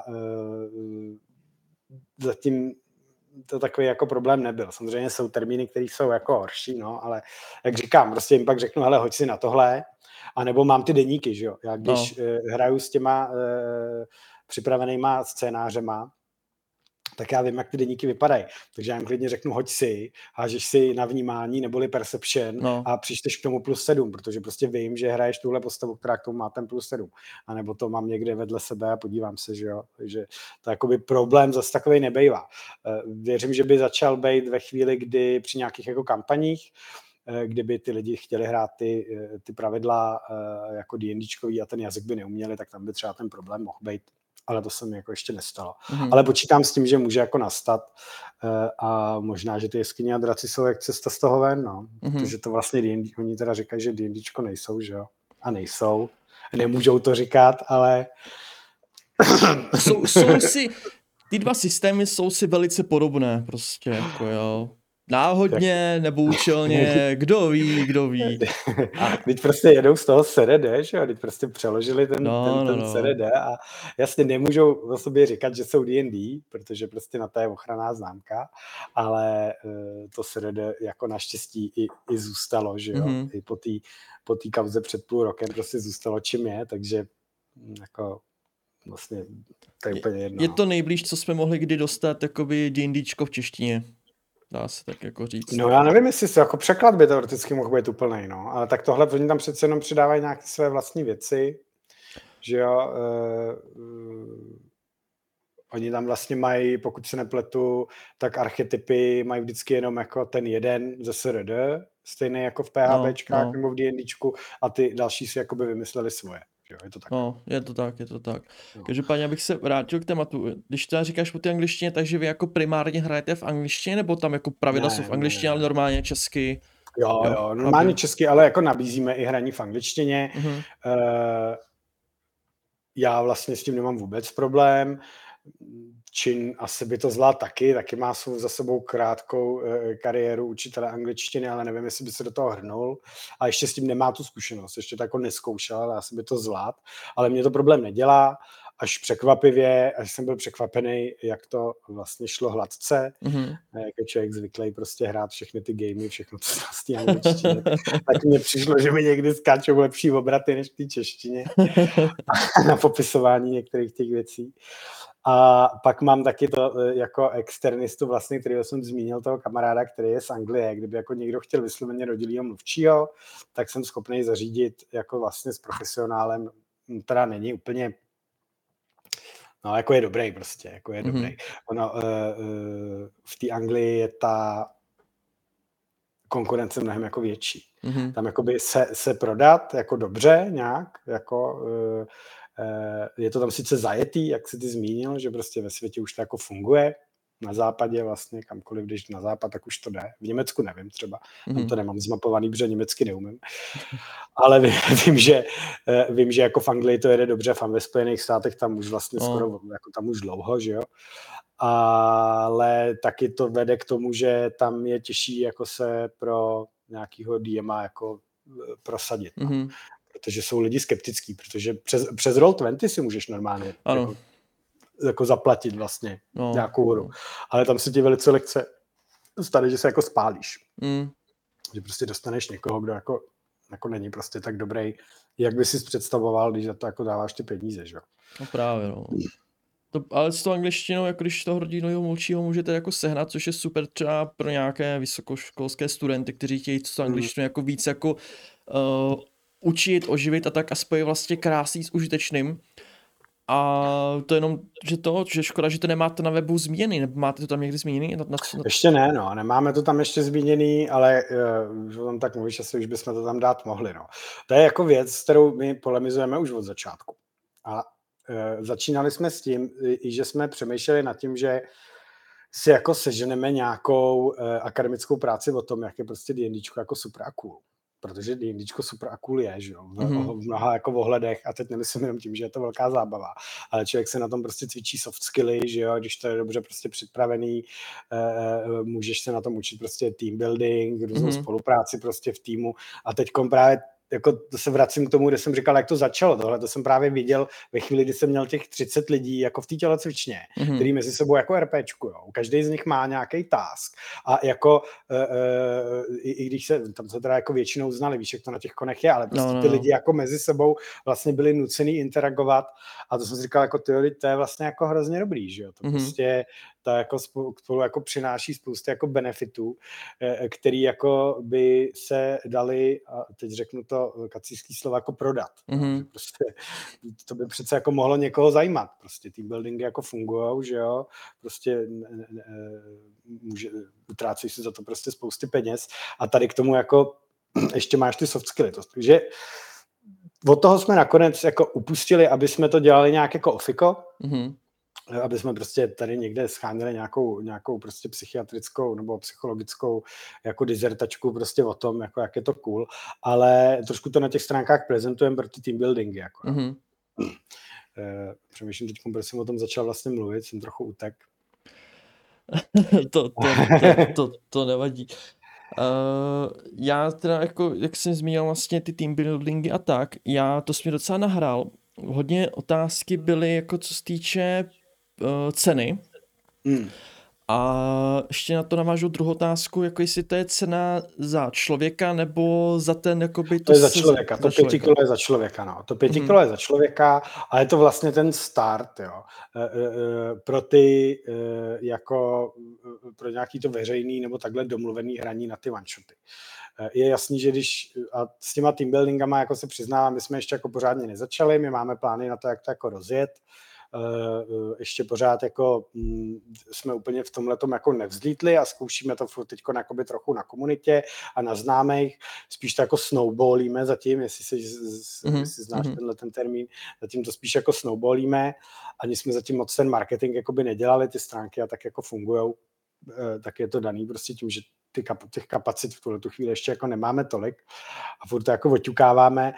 zatím to takový jako problém nebyl. Samozřejmě jsou termíny, které jsou jako horší, no, ale jak říkám, prostě jim pak řeknu, hele, hoď si na tohle, anebo mám ty deníky, že jo. Já když hraju s těma připravenýma scénářema, tak já vím, jak ty deníky vypadají. Takže já jim klidně řeknu, hoď si, hážeš si na vnímání neboli perception a přičteš k tomu +7, protože prostě vím, že hraješ tuhle postavu, která k tomu má ten +7. A nebo to mám někde vedle sebe a podívám se, že jo. Takže to jakoby problém zase takovej nebejvá. Věřím, že by začal být ve chvíli, kdy při nějakých jako kampaních, kdyby ty lidi chtěli hrát ty pravidla jako D&Dčkový a ten jazyk by neuměli, tak tam by třeba ten problém mohl být. Ale to se mi jako ještě nestalo. Ale počítám s tím, že může jako nastat a možná, že ty jeskyně a draci jsou jak cesta z toho ven, no. Protože to vlastně D&D, oni teda říkají, že D&Dčko nejsou, že jo? A nejsou. Nemůžou to říkat, ale... jsou si, ty dva systémy jsou si velice podobné, prostě, jako jo. Náhodně nebo účelně, kdo ví. Teď prostě jedou z toho SRD, že jo, teď prostě přeložili ten SRD a jasně nemůžou o sobě říkat, že jsou D&D, protože prostě na to je ochranná známka, ale to SRD jako naštěstí i zůstalo, že jo, i po té kauze před půl rokem prostě zůstalo čím je, takže jako vlastně to je úplně jedno. Je to nejblíž, co jsme mohli kdy dostat, jakoby D&Dčko v češtině. Dá se tak jako říct. No já nevím, jestli se jako překlad by teoreticky mohl být úplnej, no. Ale tak tohle, oni tam přece jenom přidávají nějaké své vlastní věci, že jo. Oni tam vlastně mají, pokud se nepletu, tak archetypy mají vždycky jenom jako ten jeden ze SRD, stejný jako v PHPčkách nebo v D&Dčku a ty další si jakoby vymysleli svoje. Jo, je to tak. No, je to tak. No. Každopádně, abych se vrátil k tématu, když teda říkáš po té angličtině, takže vy jako primárně hrajete v angličtině, nebo tam jako pravidla jsou v angličtině, ale normálně česky? Jo, normálně česky, ale jako nabízíme i hraní v angličtině. Já vlastně s tím nemám vůbec problém. Čin asi by to zvládl taky má za sebou krátkou kariéru učitele angličtiny, ale nevím, jestli by se do toho hrnul. A ještě s tím nemá tu zkušenost, ještě to jako neskoušel, ale asi by to zvládl. Ale mě to problém nedělá, až jsem byl překvapený, jak to vlastně šlo hladce. Jak je člověk zvyklý prostě hrát všechny ty gamey, všechno to z té angličtiny. Tak mně přišlo, že mi někdy skáčou lepší obraty než v té češtině na popisování některých těch věcí. A pak mám taky to jako externistu vlastně, kterýho jsem zmínil, toho kamaráda, který je z Anglie. Kdyby jako někdo chtěl vysloveně rodilýho mluvčího, tak jsem schopný zařídit jako vlastně s profesionálem, teda není úplně, no jako je dobrý prostě, jako je dobrý. Ono v té Anglii je ta konkurence mnohem jako větší. Tam jakoby se prodat jako dobře nějak, jako... je to tam sice zajetý, jak jsi ty zmínil, že prostě ve světě už to jako funguje. Na západě vlastně, kamkoliv, když na západ, tak už to jde. V Německu nevím třeba, tam to nemám zmapovaný, protože německy neumím. Ale vím, že jako v Anglii to jede dobře, ve Spojených státech tam už vlastně skoro, jako tam už dlouho, že jo. Ale taky to vede k tomu, že tam je těžší jako se pro nějakýho DMa jako prosadit. No. Protože jsou lidi skeptický, protože přes Roll20 si můžeš normálně jako zaplatit vlastně nějakou hru. Ale tam se ti velice lehce stane, že se jako spálíš. Že prostě dostaneš někoho, kdo jako není prostě tak dobrý, jak by si představoval, když za to jako dáváš ty peníze, že jo. No právě, no. Ale s tou angličtinou, jako když toho rodinného mluvčího můžete jako sehnat, což je super třeba pro nějaké vysokoškolské studenty, kteří chtějí tu angličtinu jako víc jako učit, oživit a tak a spojit vlastně krásný s užitečným. A to jenom, že škoda, že to nemáte na webu zmíněný, nebo máte to tam někdy zmíněný? Ještě ne, no, nemáme to tam ještě zmíněný, ale že tam tak mluvíš, asi už bychom to tam dát mohli, no. To je jako věc, s kterou my polemizujeme už od začátku. A začínali jsme s tím, že jsme přemýšleli nad tím, že si jako seženeme nějakou akademickou práci o tom, jak je prostě D&Dčko jako super a cool. Protože D&Dčko super a cool je, že jo, v mnoha jako ohledech a teď nemyslím jenom tím, že je to velká zábava, ale člověk se na tom prostě cvičí soft skilly, že jo, když to je dobře prostě připravený, můžeš se na tom učit prostě team building, různou spolupráci prostě v týmu a teďkom právě jako to se vracím k tomu, kde jsem říkal, jak to začalo. Tohle to jsem právě viděl ve chvíli, kdy jsem měl těch 30 lidí jako v té tělocvičně, který mezi sebou jako RPčku, jo. Každý z nich má nějaký task. A jako i když tam se teda jako většinou znali, víš, jak to na těch konech je, ale prostě ty lidi jako mezi sebou vlastně byli nucený interagovat a to jsem si říkal, jako to je vlastně jako hrozně dobrý, že jo. To prostě ta jako spolu jako přináší spousty jako benefitů, který jako by se dali, a teď řeknu to kacířský slovo, jako prodat. Že prostě to by přece jako mohlo někoho zajímat. Prostě team buildingy jako fungujou, že jo, prostě utrácejí si za to prostě spousty peněz a tady k tomu jako ještě máš ty soft skilly. Takže od toho jsme nakonec jako upustili, aby jsme to dělali nějak jako ofiko, aby jsme prostě tady někde scháněli nějakou prostě psychiatrickou nebo psychologickou jako dizertačku prostě o tom, jako jak je to cool, ale trošku to na těch stránkách prezentujeme pro ty team buildingy. Jako. Přemýšlím teď, proč jsem o tom začal vlastně mluvit, jsem trochu utek. To nevadí. Já teda jako, jak jsem zmínil vlastně ty team buildingy a tak, to jsem docela nahrál. Hodně otázky byly jako co se týče ceny. A ještě na to navážu druhou otázku, jako jestli to je cena za člověka nebo za ten jakoby to je za člověka, to 5 kilo je za člověka, no. To 5 kilo je za člověka a je to vlastně ten start, jo. Pro ty jako pro nějaký to veřejný nebo takhle domluvený hraní na ty one-shoty. Je jasný, že když a s těma teambuildingama, jako se přiznávám, my jsme ještě jako pořádně nezačali, my máme plány na to, jak to jako rozjet. Ještě pořád jako jsme úplně v tomhletom jako nevzlítli a zkoušíme to teď trochu na komunitě a na známých, spíš to jako snowballíme zatím, jestli znáš ten termín, zatím to spíš jako snowballíme, ani jsme zatím moc ten marketing jakoby nedělali, ty stránky a tak jako fungujou, tak je to daný prostě tím, že těch kapacit v tuhletu chvíli ještě jako nemáme tolik a furt to jako oťukáváme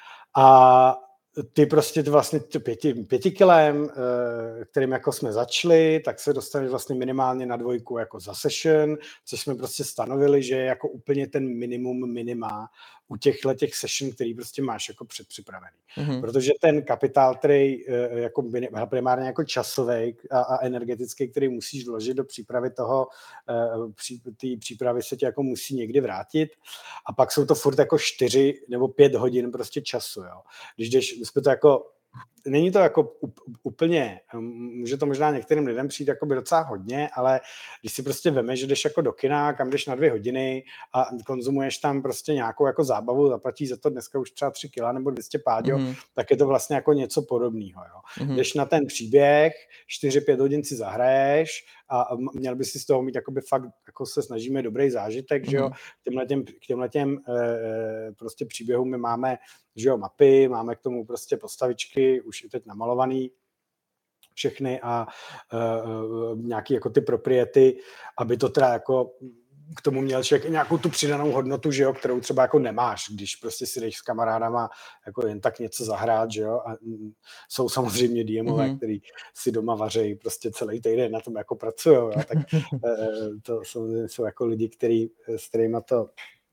a ty prostě vlastně 5 kilem, kterým jako jsme začali, tak se dostaneš vlastně minimálně na 2 jako za session, což jsme prostě stanovili, že je jako úplně ten minima u těch session, který prostě máš jako předpřipravený. Protože ten kapitál, který jako primárně jako časový a energetický, který musíš vložit do přípravy toho, té přípravy se ti jako musí někdy vrátit a pak jsou to furt jako 4 nebo 5 hodin prostě času, jo. Když jsme to jako není to jako úplně, může to možná některým lidem přijít jako by docela hodně, ale když si prostě vemeš, že jdeš jako do kina, kam jdeš na 2 hodiny a konzumuješ tam prostě nějakou jako zábavu, zaplatíš za to dneska už třeba 3 kila nebo 200 páďo, tak je to vlastně jako něco podobného. Jdeš na ten příběh, 4-5 hodin si zahraješ a měl by si z toho mít jakoby fakt, jako se snažíme dobrý zážitek, že jo, k těmhletěm prostě příběhům my máme, že jo, mapy, máme k tomu prostě postavičky, už i teď namalovaný všechny a nějaký jako ty propriety, aby to teda jako k tomu měl člověk i nějakou tu přidanou hodnotu, že jo, kterou třeba jako nemáš, když prostě si jdeš s kamarádama jako jen tak něco zahrát, že jo, a jsou samozřejmě DMové, který si doma vařejí prostě celý týden na tom jako pracujou, jo, tak to jsou jako lidi, s kterýma to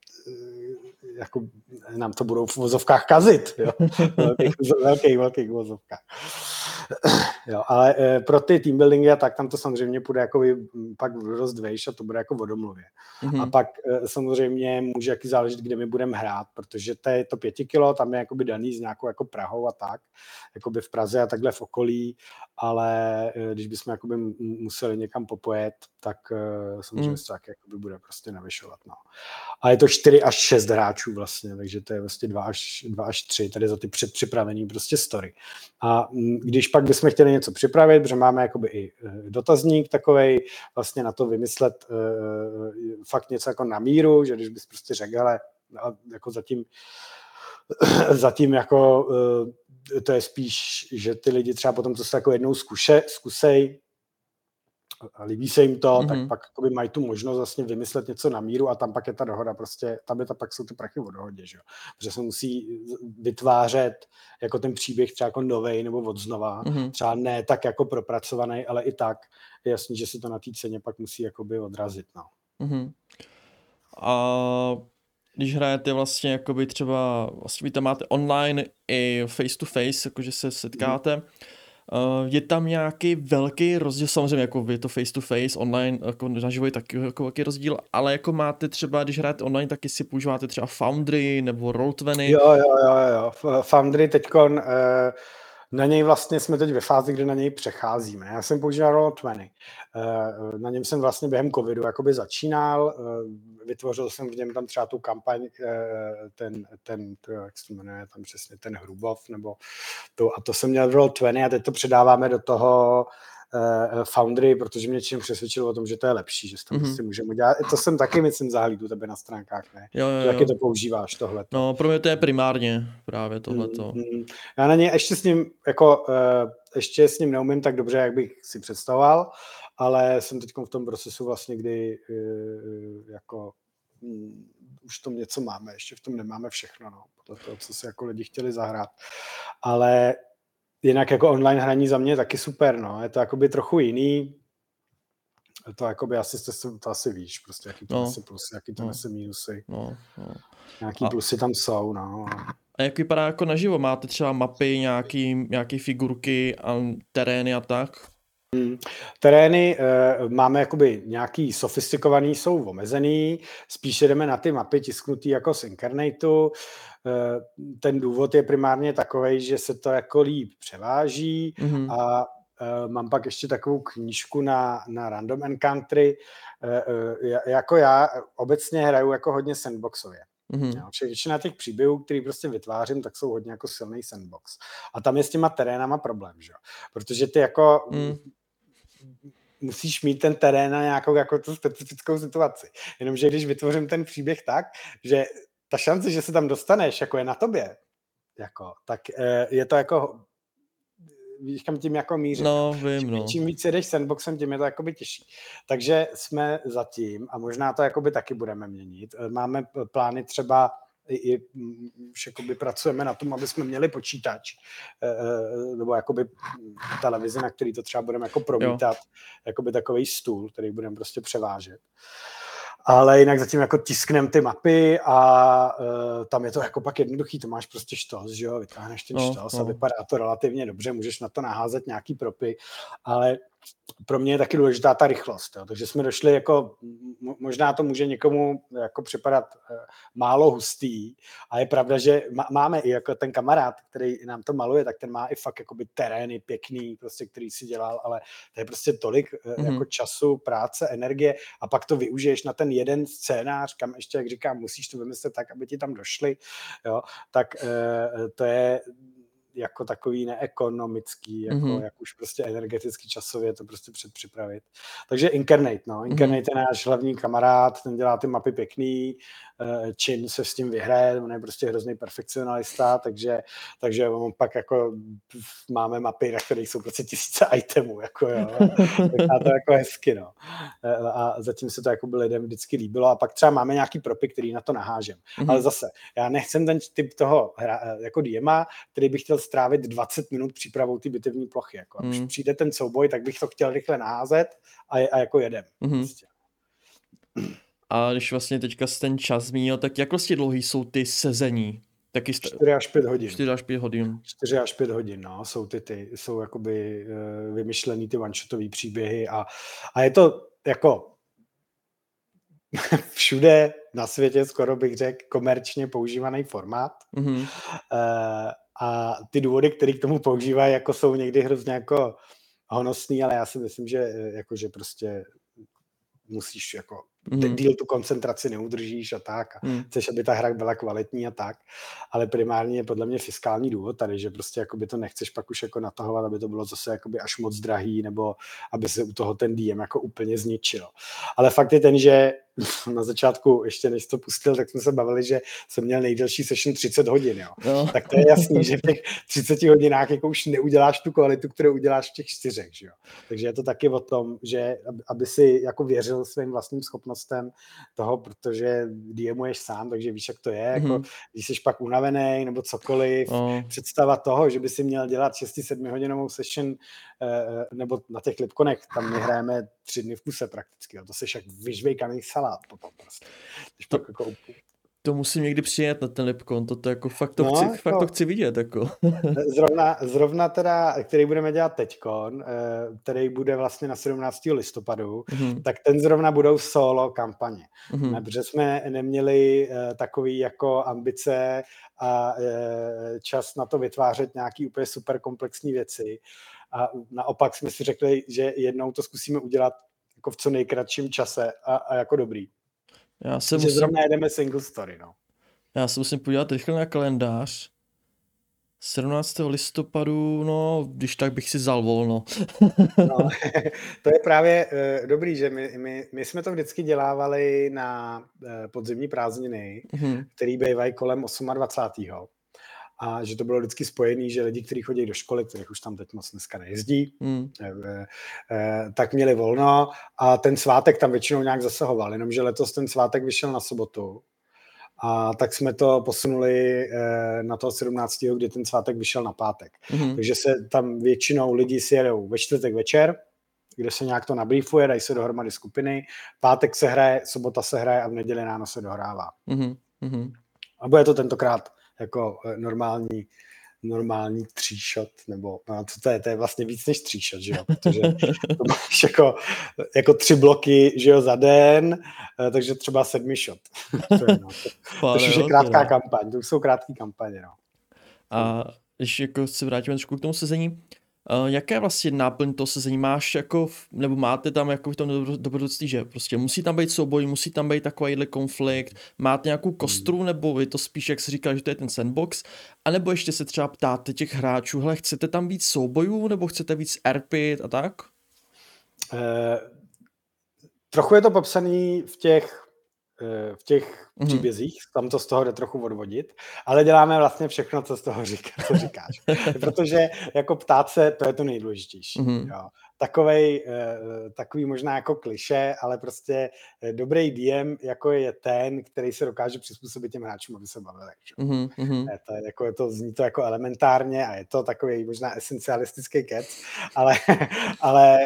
jako nám to budou v vozovkách kazit, jo, velkých vozovkách. Jo, ale pro ty teambuildingy a tak tam to samozřejmě půjde jako pak dost vejš a to bude jako o domluvě. A pak samozřejmě může jaký záležet, kde my budeme hrát, protože to 5 kilo, tam je jakoby daný s nějakou jako Prahou a tak, jakoby v Praze a takhle v okolí, ale když bychom jakoby museli někam popojet, tak samozřejmě se tak jakoby bude prostě navyšovat. No. A je to 4 až 6 hráčů vlastně, takže to je vlastně 2 až 3 tady za ty předpřipravený prostě story. A když pak bychom chtěli něco připravit, protože máme jakoby i dotazník takovej, vlastně na to vymyslet fakt něco jako na míru, že když bys prostě řekl, hele, jako zatím jako to je spíš, že ty lidi třeba potom to se jako jednou zkusej a líbí se jim to, tak pak mají tu možnost vlastně vymyslet něco na míru a tam pak je ta dohoda prostě, pak jsou ty prachy o dohodě, že jo. Protože se musí vytvářet jako ten příběh třeba jako novej nebo odznova, třeba ne tak jako propracovaný, ale i tak je jasný, že se to na té ceně pak musí jakoby odrazit, no. A když hrajete vlastně jakoby třeba, vlastně vy tam máte online i face to face, jakože se setkáte, je tam nějaký velký rozdíl, samozřejmě jako je to face to face, online, jako naživo je taky jako velký rozdíl, ale jako máte třeba, když hrajete online, taky si používáte třeba Foundry nebo Roll20? Jo. Foundry teďkon Na něj vlastně jsme teď ve fázi, kdy na něj přecházíme. Já jsem používal Roll20. Na něm jsem vlastně během covidu jakoby začínal, vytvořil jsem v něm tam třeba tu kampaň, jak se to jmenuje, tam přesně ten Hrubov, nebo to, a to jsem měl v Roll20 a teď to předáváme do toho Foundry, protože mě čím přesvědčilo o tom, že to je lepší, že tam prostě můžeme udělat. To jsem taky, myslím, zahlídl tebe na stránkách, ne? Jo. Že taky to používáš, tohleto. No, pro mě to je primárně právě tohleto. Já na něj ještě s ním, ještě s ním neumím tak dobře, jak bych si představoval, ale jsem teď v tom procesu vlastně, kdy už v tom něco máme, ještě v tom nemáme všechno, no, podle toho, co si jako lidi chtěli zahrát. Ale jinak jako online hraní za mě je taky super, no, je to jakoby trochu jiný, to jakoby to asi víš, prostě jaký to nese plusy, jaký to nese mínusy. Nějaký plusy tam jsou, no. A jak vypadá jako naživo? Máte třeba mapy, nějaký figurky a terény a tak? Terény máme jakoby nějaký sofistikovaný, jsou omezený, spíš jdeme na ty mapy tisknutý jako z Incarnateu. Ten důvod je primárně takovej, že se to jako líp převáží a mám pak ještě takovou knížku na Random Encountry. Jako já obecně hraju jako hodně sandboxově. Většina těch příběhů, který prostě vytvářím, tak jsou hodně jako silný sandbox. A tam je s těma terénama problém, že? Protože ty jako musíš mít ten terén na nějakou jako tu specifickou situaci. Jenomže když vytvořím ten příběh tak, že ta šance, že se tam dostaneš, jako je na tobě, jako, tak je to jako víš, kam tím jako mířit. No, vím, no. Čím víc jedeš sandboxem, tím je to jakoby těžší. Takže jsme zatím, a možná to jakoby taky budeme měnit, máme plány třeba už jakoby pracujeme na tom, aby jsme měli počítač nebo jakoby televizi, na který to třeba budeme jako promítat, jakoby takovej stůl, který budeme prostě převážet. Ale jinak zatím jako tiskneme ty mapy a tam je to jako pak jednoduchý, to máš prostě štos, že jo, vytáhneš ten štos a vypadá to relativně dobře, můžeš na to naházet nějaký propy, ale pro mě je taky důležitá ta rychlost, jo. Takže jsme došli jako, možná to může někomu jako připadat málo hustý, a je pravda, že máme i jako ten kamarád, který nám to maluje, tak ten má i fakt jakoby terény pěkný, prostě, který si dělal, ale to je prostě tolik jako času, práce, energie a pak to využiješ na ten jeden scénář, kam ještě, jak říkám, musíš to vymyslet tak, aby ti tam došli, jo, tak to je jako takový neekonomický, jak už prostě energeticky časově to prostě předpřipravit. Takže Incarnate, no. Incarnate je náš hlavní kamarád, ten dělá ty mapy pěkný, Chin se s tím vyhraje, on je prostě hrozný perfekcionalista, takže on pak jako máme mapy, na kterých jsou prostě tisíce itemů, jako jo. Tak to jako hezky, no. A zatím se to jako by lidem vždycky líbilo a pak třeba máme nějaký propy, který na to nahážem. Ale zase, já nechcem ten typ toho jako DMa, který bych chtěl strávit 20 minut přípravou ty bitevní plochy. Jako. Když přijde ten souboj, tak bych to chtěl rychle naházet a jako jedem. Prostě. A když vlastně teďka ten čas zmínil, tak jak vlastně dlouhý jsou ty sezení? Taky 4 až 5 hodin. 4 až 5 hodin. 4 až 5 hodin, no, jsou jakoby vymyšlený ty one-shotový příběhy a je to jako všude na světě, skoro bych řekl, komerčně používaný formát. A ty důvody, které k tomu používají, jako jsou někdy hrozně jako honosný, ale já si myslím, že prostě musíš jako díl tu koncentraci neudržíš a tak. A chceš, aby ta hra byla kvalitní a tak. Ale primárně je podle mě fiskální důvod tady, že prostě jakoby to nechceš pak už jako natahovat, aby to bylo zase jakoby až moc drahý, nebo aby se u toho ten DM jako úplně zničil. Ale fakt je ten, že na začátku, ještě než to pustil, tak jsme se bavili, že jsem měl nejdelší session 30 hodin, jo. No. Tak to je jasný, že v těch 30 hodinách jako už neuděláš tu kvalitu, kterou uděláš v těch 4, že jo. Takže je to taky o tom, že aby si jako věřil svým vlastním schopnostem toho, protože DMuješ sám, takže víš, jak to je, jako když jsi pak unavený nebo cokoliv, představa toho, že by si měl dělat 6-7 hodinovou session nebo na těch Lipkonech, tam my hrajeme 3 dny v kuse prakticky, jo. To seš jak vyžvejkaný salát potom prostě. To musím někdy přijet na ten Lipcon, to jako No, fakt to jako chci vidět, jako. zrovna teda, který budeme dělat teďkon, který bude vlastně na 17. listopadu, Mhm, tak ten zrovna budou solo kampaně. mhm, Protože jsme neměli takový jako ambice a čas na to vytvářet nějaký úplně super komplexní věci. A naopak jsme si řekli, že jednou to zkusíme udělat jako v co nejkratším čase a jako dobrý. já se Že musím, zrovna jedeme single story, no. já se musím podívat rychle na kalendář. 17. listopadu, no, když tak bych si vzal volno. No, to je právě dobrý, že my jsme to vždycky dělávali na podzimní prázdniny, Mhm, který bývají kolem 28. A že to bylo vždycky spojený, že lidi, kteří chodí do školy, kterých už tam teď moc dneska nejezdí, mhm, tak měli volno a ten svátek tam většinou nějak zasahoval, jenomže letos ten svátek vyšel na sobotu. A tak jsme to posunuli na toho 17., kdy ten svátek vyšel na pátek. mhm, Takže se tam většinou lidi si jedou ve čtvrtek večer, kde se nějak to nabriefuje, dají se dohromady skupiny, pátek se hraje, sobota se hraje a v neděli ráno se dohrává. mhm, mhm. A bude to tentokrát jako normální tříšot, nebo no, co to je vlastně víc než tříšot, že jo, protože to máš jako 3 bloky, že jo, za den, takže třeba 7 shot. To je, no, to už je krátká kampaň, to už jsou krátké kampaně, no. A když jako se vrátíme trošku k tomu sezení, jaká je vlastně náplň toho sezení? Máš jako, nebo máte tam jako v tom dobrodružství, že prostě musí tam být souboj, musí tam být takovýhle konflikt, máte nějakou kostru, nebo je to spíš, jak se říká, že to je ten sandbox, anebo ještě se třeba ptáte těch hráčů, hele, chcete tam víc soubojů, nebo chcete víc RPit a tak? Trochu je to popsaný v těch příbězích, tam to z toho jde trochu odvodit, ale děláme vlastně všechno, co z toho co říkáš. Protože jako ptát se, to je to nejdůležitější. Jo. Takový možná jako kliše, ale prostě dobrý DM jako je ten, který se dokáže přizpůsobit těm hráčům, aby se bavili. Zní to jako elementárně a je to takový možná esencialistický kec, ale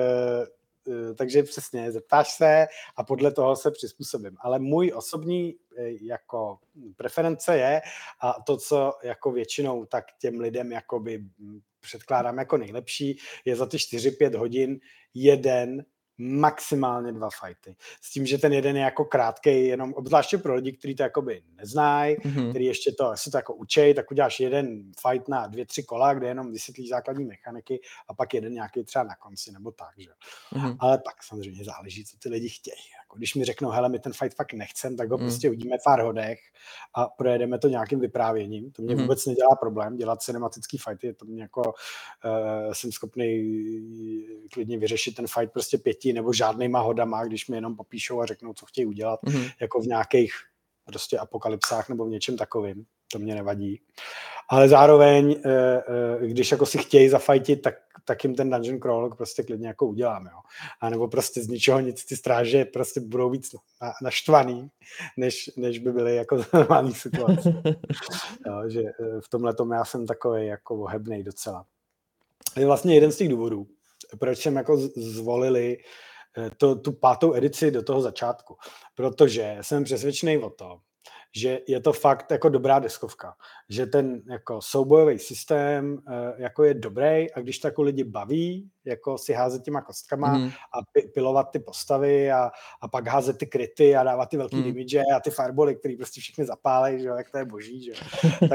takže přesně, zeptáš se a podle toho se přizpůsobím. Ale můj osobní jako preference je, a to, co jako většinou tak těm lidem jakoby předkládám jako nejlepší, je za ty 4-5 hodin jeden, maximálně 2 fighty. S tím, že ten jeden je jako krátkej, jenom obzvláště pro lidi, kteří to jakoby neznají, který ještě si to jako učej, tak uděláš jeden fight na 2-3 kola, kde jenom vysvětlíš základní mechaniky a pak jeden nějaký třeba na konci, nebo tak, že? Ale pak samozřejmě záleží, co ty lidi chtějí. Jako když mi řeknou, hele, my ten fight fakt nechcem, tak ho prostě uvidíme v pár hodech a projedeme to nějakým vyprávěním. To mě vůbec nedělá problém, dělat cinematický fighty, to mě jako jsem schopný klidně vyřešit ten fight prostě 5 nebo žádnýma hodama, když mi jenom popíšou a řeknou, co chtějí udělat, jako v nějakých prostě apokalypsách nebo v něčem takovým. To mě nevadí. Ale zároveň, když jako si chtějí zafajtit, tak jim ten dungeon crawl prostě klidně jako udělám, jo. A nebo prostě z ničeho nic ty stráže prostě budou víc naštvaný, než by byly jako v normální situaci. Jo, že v tomhletom já jsem takovej jako ohebnej docela. Je vlastně jeden z těch důvodů, proč jsem jako zvolili tu 5. edici do toho začátku. Protože jsem přesvědčený o tom, že je to fakt jako dobrá deskovka. Že ten jako soubojový systém jako je dobrý a když to jako lidi baví, jako si házet těma kostkama a pilovat ty postavy a pak házet ty kryty a dávat ty velký damage a ty firebally, který prostě všechny zapálej, že jo, jak to je boží, že jo.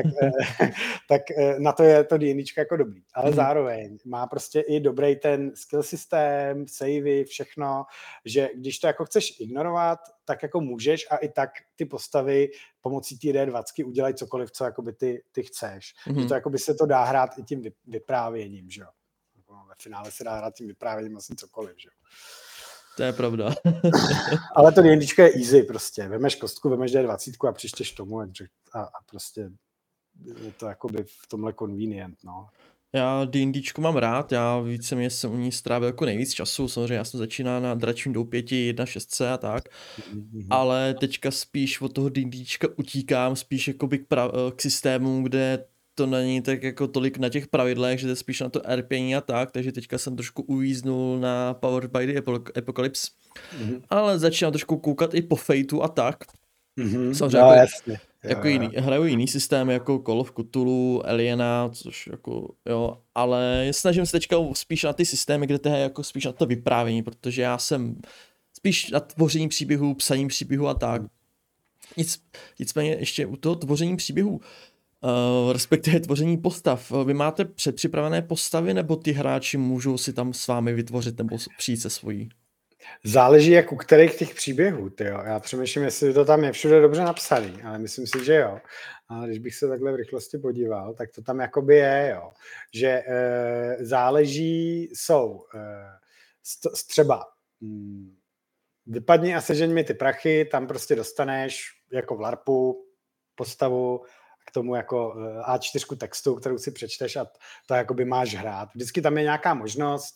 tak na to je to D&Dčko jako dobrý. Ale zároveň má prostě i dobrý ten skill systém, savey, všechno, že když to jako chceš ignorovat, tak jako můžeš a i tak ty postavy pomocí té D20 udělají cokoliv, co jakoby ty chceš. Že to jakoby se to dá hrát i tím vyprávěním, že jo. Ve finále se dá hrát tím vyprávěním asi cokoliv, že jo. To je pravda. Ale to D&Dčko je easy prostě. Vemeš kostku, vemeš D20 a přičteš tomu a prostě je to jakoby v tomhle convenient, no. Já D&Dčko mám rád, já víceméně jsem u ní strávil jako nejvíc času, samozřejmě já jsem začínal na dračím doupěti 1.6 a tak, ale teďka spíš od toho D&Dčka utíkám, spíš jakoby k systému, kde to není tak jako tolik na těch pravidlech, že to je spíš na to RPing a tak, takže teďka jsem trošku uvíznul na Powered by the Apocalypse, ale začínám trošku koukat i po Fateu a tak. Samozřejmě No jasně. jako hraju jiný systém jako Call of Cthulhu, Aliena, což jako jo, ale snažím se teďka spíš na ty systémy, kde to je jako spíš na to vyprávění, protože já jsem spíš na tvoření příběhů, psaní příběhů a tak. Nicméně ještě u toho tvoření příběhů, respektive tvoření postav, vy máte předpřipravené postavy, nebo ty hráči můžou si tam s vámi vytvořit nebo přijít se svojí? Záleží, jak u kterých těch příběhů, tyjo. Já přemýšlím, jestli to tam je všude dobře napsaný, ale myslím si, že jo. A když bych se takhle v rychlosti podíval, tak to tam jakoby je, jo. Že záleží, jsou třeba vypadni a sežeň mi ty prachy, tam prostě dostaneš jako v LARPu postavu, k tomu jako A4 textu, kterou si přečteš a to jakoby máš hrát. Vždycky tam je nějaká možnost,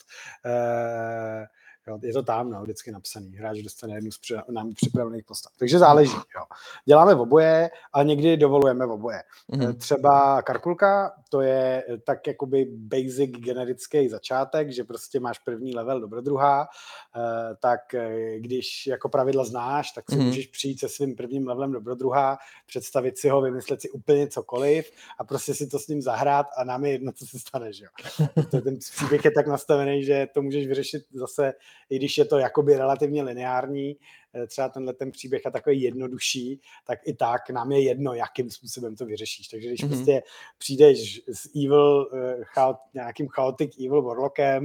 jo, je to tam, no, vždycky napsaný. Hráč dostane jednu z námi připravených postav. Takže záleží, jo. Děláme oboje a někdy dovolujeme oboje. Třeba Karkulka, to je tak jakoby basic generický začátek, že prostě máš první level dobrodruhá, tak když jako pravidla znáš, tak si můžeš přijít se svým prvním levelem dobrodruhá, představit si ho, vymyslet si úplně cokoliv a prostě si to s ním zahrát a nám je jedno, co se stane, že jo. Ten příběh je tak nastavený, že to můžeš vyřešit zase, i když je to jakoby relativně lineární, třeba ten příběh je takový jednodušší, tak i tak nám je jedno, jakým způsobem to vyřešíš. Takže když prostě přijdeš s nějakým chaotic evil warlockem,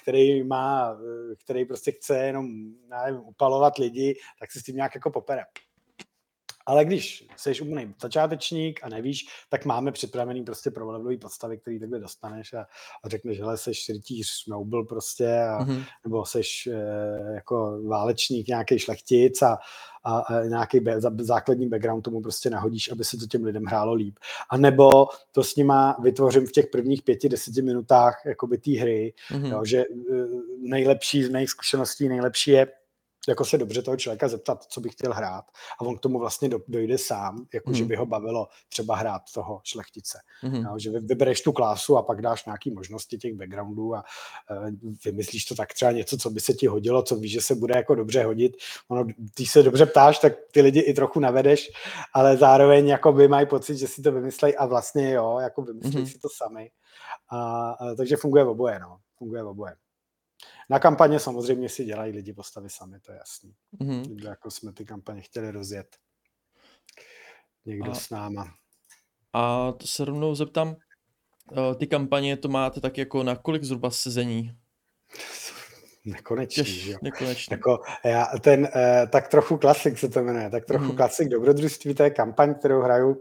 který prostě chce jenom, nevím, upalovat lidi, tak si s tím nějak jako popere. Ale když jsi úplný začátečník a nevíš, tak máme připravený prostě prvolevelový podstavy, který takhle dostaneš a řekneš, hele, seš rytíř noble prostě, nebo seš jako válečník, nějaký šlechtic a nějaký základní background tomu prostě nahodíš, aby se to těm lidem hrálo líp. A nebo to s nima vytvořím v těch prvních 5-10 minutách jakoby té hry, jo, že nejlepší z mých zkušeností, nejlepší je jako se dobře toho člověka zeptat, co by chtěl hrát a on k tomu vlastně dojde sám, jako že by ho bavilo třeba hrát toho šlechtice. Jo, že vybereš tu klásu a pak dáš nějaký možnosti těch backgroundů a vymyslíš to tak třeba něco, co by se ti hodilo, co víš, že se bude jako dobře hodit. Ono, když se dobře ptáš, tak ty lidi i trochu navedeš, ale zároveň jako by mají pocit, že si to vymyslej a vlastně jo, jako vymyslej si to sami. Takže funguje oboje, no. Funguje oboje. Na kampaně samozřejmě si dělají lidi postavy sami, to je jasný. Jako jsme ty kampaně chtěli rozjet. Někdo s náma. A to se rovnou zeptám, ty kampaně to máte tak jako na kolik zhruba sezení? Nekonečný, že jo. Nekonečný. Jako tak trochu klasik se to jmenuje. Tak trochu klasik dobrodružství, to je kampaň, kterou hraju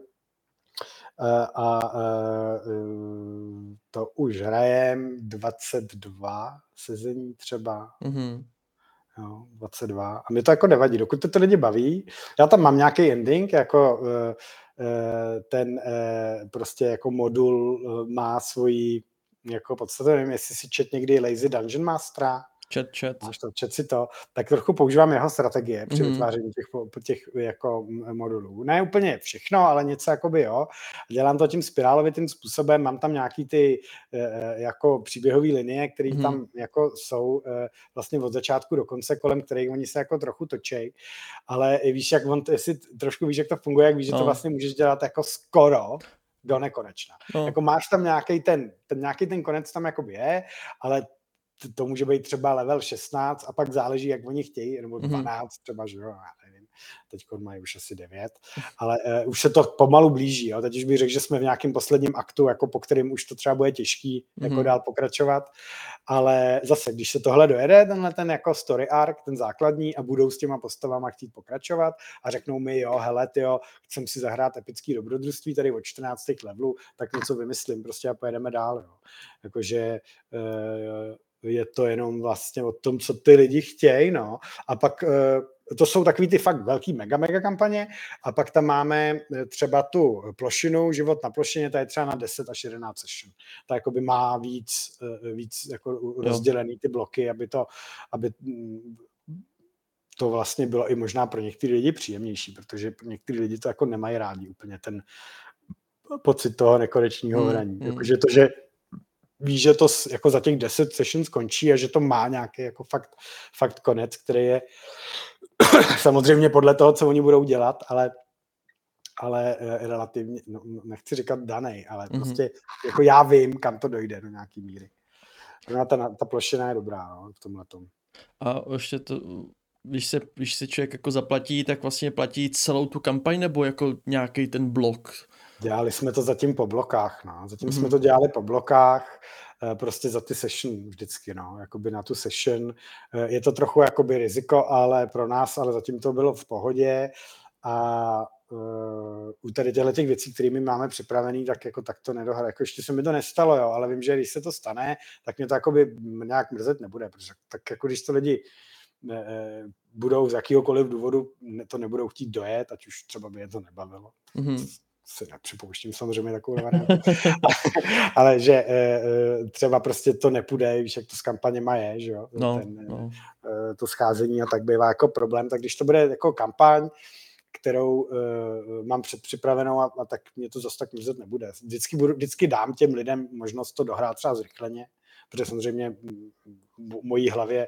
to už hrajem 22 sezení třeba. Jo, 22. A mě to jako nevadí, dokud to lidi baví. Já tam mám nějaký ending, jako ten prostě jako modul má svoji jako podstatu, nevím, jestli si čet někdy Lazy Dungeon Mastera. Čet. Máš to, čet si to, tak trochu používám jeho strategie při vytváření těch jako modulů. Ne úplně všechno, ale něco jakoby jo. Dělám to tím spirálovitým způsobem, mám tam nějaký ty jako příběhové linie, které tam jako jsou vlastně od začátku do konce, kolem kterých oni se jako trochu točej, ale víš, jak jestli trošku víš, jak to funguje, jak víš, že to vlastně můžeš dělat jako skoro do nekonečna. Jako máš tam nějaký ten konec tam jakoby je, ale to může být třeba level 16 a pak záleží, jak oni chtějí, nebo 12 třeba, že jo, já nevím, teď mají už asi 9, ale už se to pomalu blíží, jo, teď už bych řekl, že jsme v nějakém posledním aktu, jako po kterém už to třeba bude těžký jako dál pokračovat, ale zase, když se tohle dojede, ten jako story arc, ten základní a budou s těma postavama chtít pokračovat a řeknou mi, jo, hele, tyjo, chcem si zahrát epický dobrodružství tady od 14 levelu, tak něco vymyslím prostě a pojedeme dál, jo. Jakože je to jenom vlastně o tom, co ty lidi chtějí, no. A pak to jsou takový ty fakt velký mega kampaně a pak tam máme třeba tu plošinu, život na plošině, to je třeba na 10 až 11 session. To jakoby má víc jako rozdělený ty bloky, aby to vlastně bylo i možná pro některé lidi příjemnější, protože pro některé lidi to jako nemají rádi úplně ten pocit toho nekonečního hraní. Jakože to, že víš, že to jako za těch 10 session skončí a že to má nějaký jako fakt konec, který je samozřejmě podle toho, co oni budou dělat, ale ale relativně, nechci říkat danej, ale Mhm. prostě jako já vím, kam to dojde do nějaký míry. Ta plošina je dobrá, no, v tomhletom. A ještě to, když si člověk jako zaplatí, tak vlastně platí celou tu kampaň nebo jako nějaký ten blok? Dělali jsme to zatím po blokách, no. Zatím jsme Mhm. to dělali po blokách, prostě za ty session vždycky, no, jakoby na tu session. Je to trochu jakoby riziko, ale pro nás, ale zatím to bylo v pohodě a u tady těch věcí, které my máme připravený, tak jako tak to nedohrá. Jako ještě se mi to nestalo, jo, ale vím, že když se to stane, tak mě to jakoby nějak mrzet nebude, protože tak jako když to lidi budou z jakýhokoliv důvodu to nebudou chtít dojet, ať už třeba by je to nebavilo. Mhm. Si nepřipouštím samozřejmě takovou variantu, ale že třeba prostě to nepůjde, víš, jak to s kampaněma je, že jo, No, no. to scházení a tak bývá jako problém, tak když to bude jako kampaň, kterou mám předpřipravenou a tak mě to zase tak mrzet nebude. Vždycky dám těm lidem možnost to dohrát třeba zrychleně, protože samozřejmě v mojí hlavě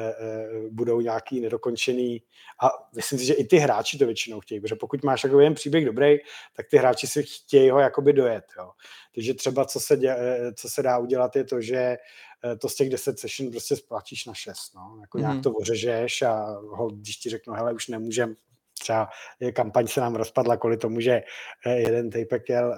budou nějaký nedokončený a myslím si, že i ty hráči to většinou chtějí, protože pokud máš jako jen příběh dobrý, tak ty hráči si chtějí ho jakoby dojet. Jo. Takže třeba co se dá udělat je to, že to z těch 10 session prostě splatíš na 6. No. Jako nějak to ořežeš a když ti řeknu, hele, už nemůžem, třeba kampaň se nám rozpadla kvůli tomu, že jeden týpek jel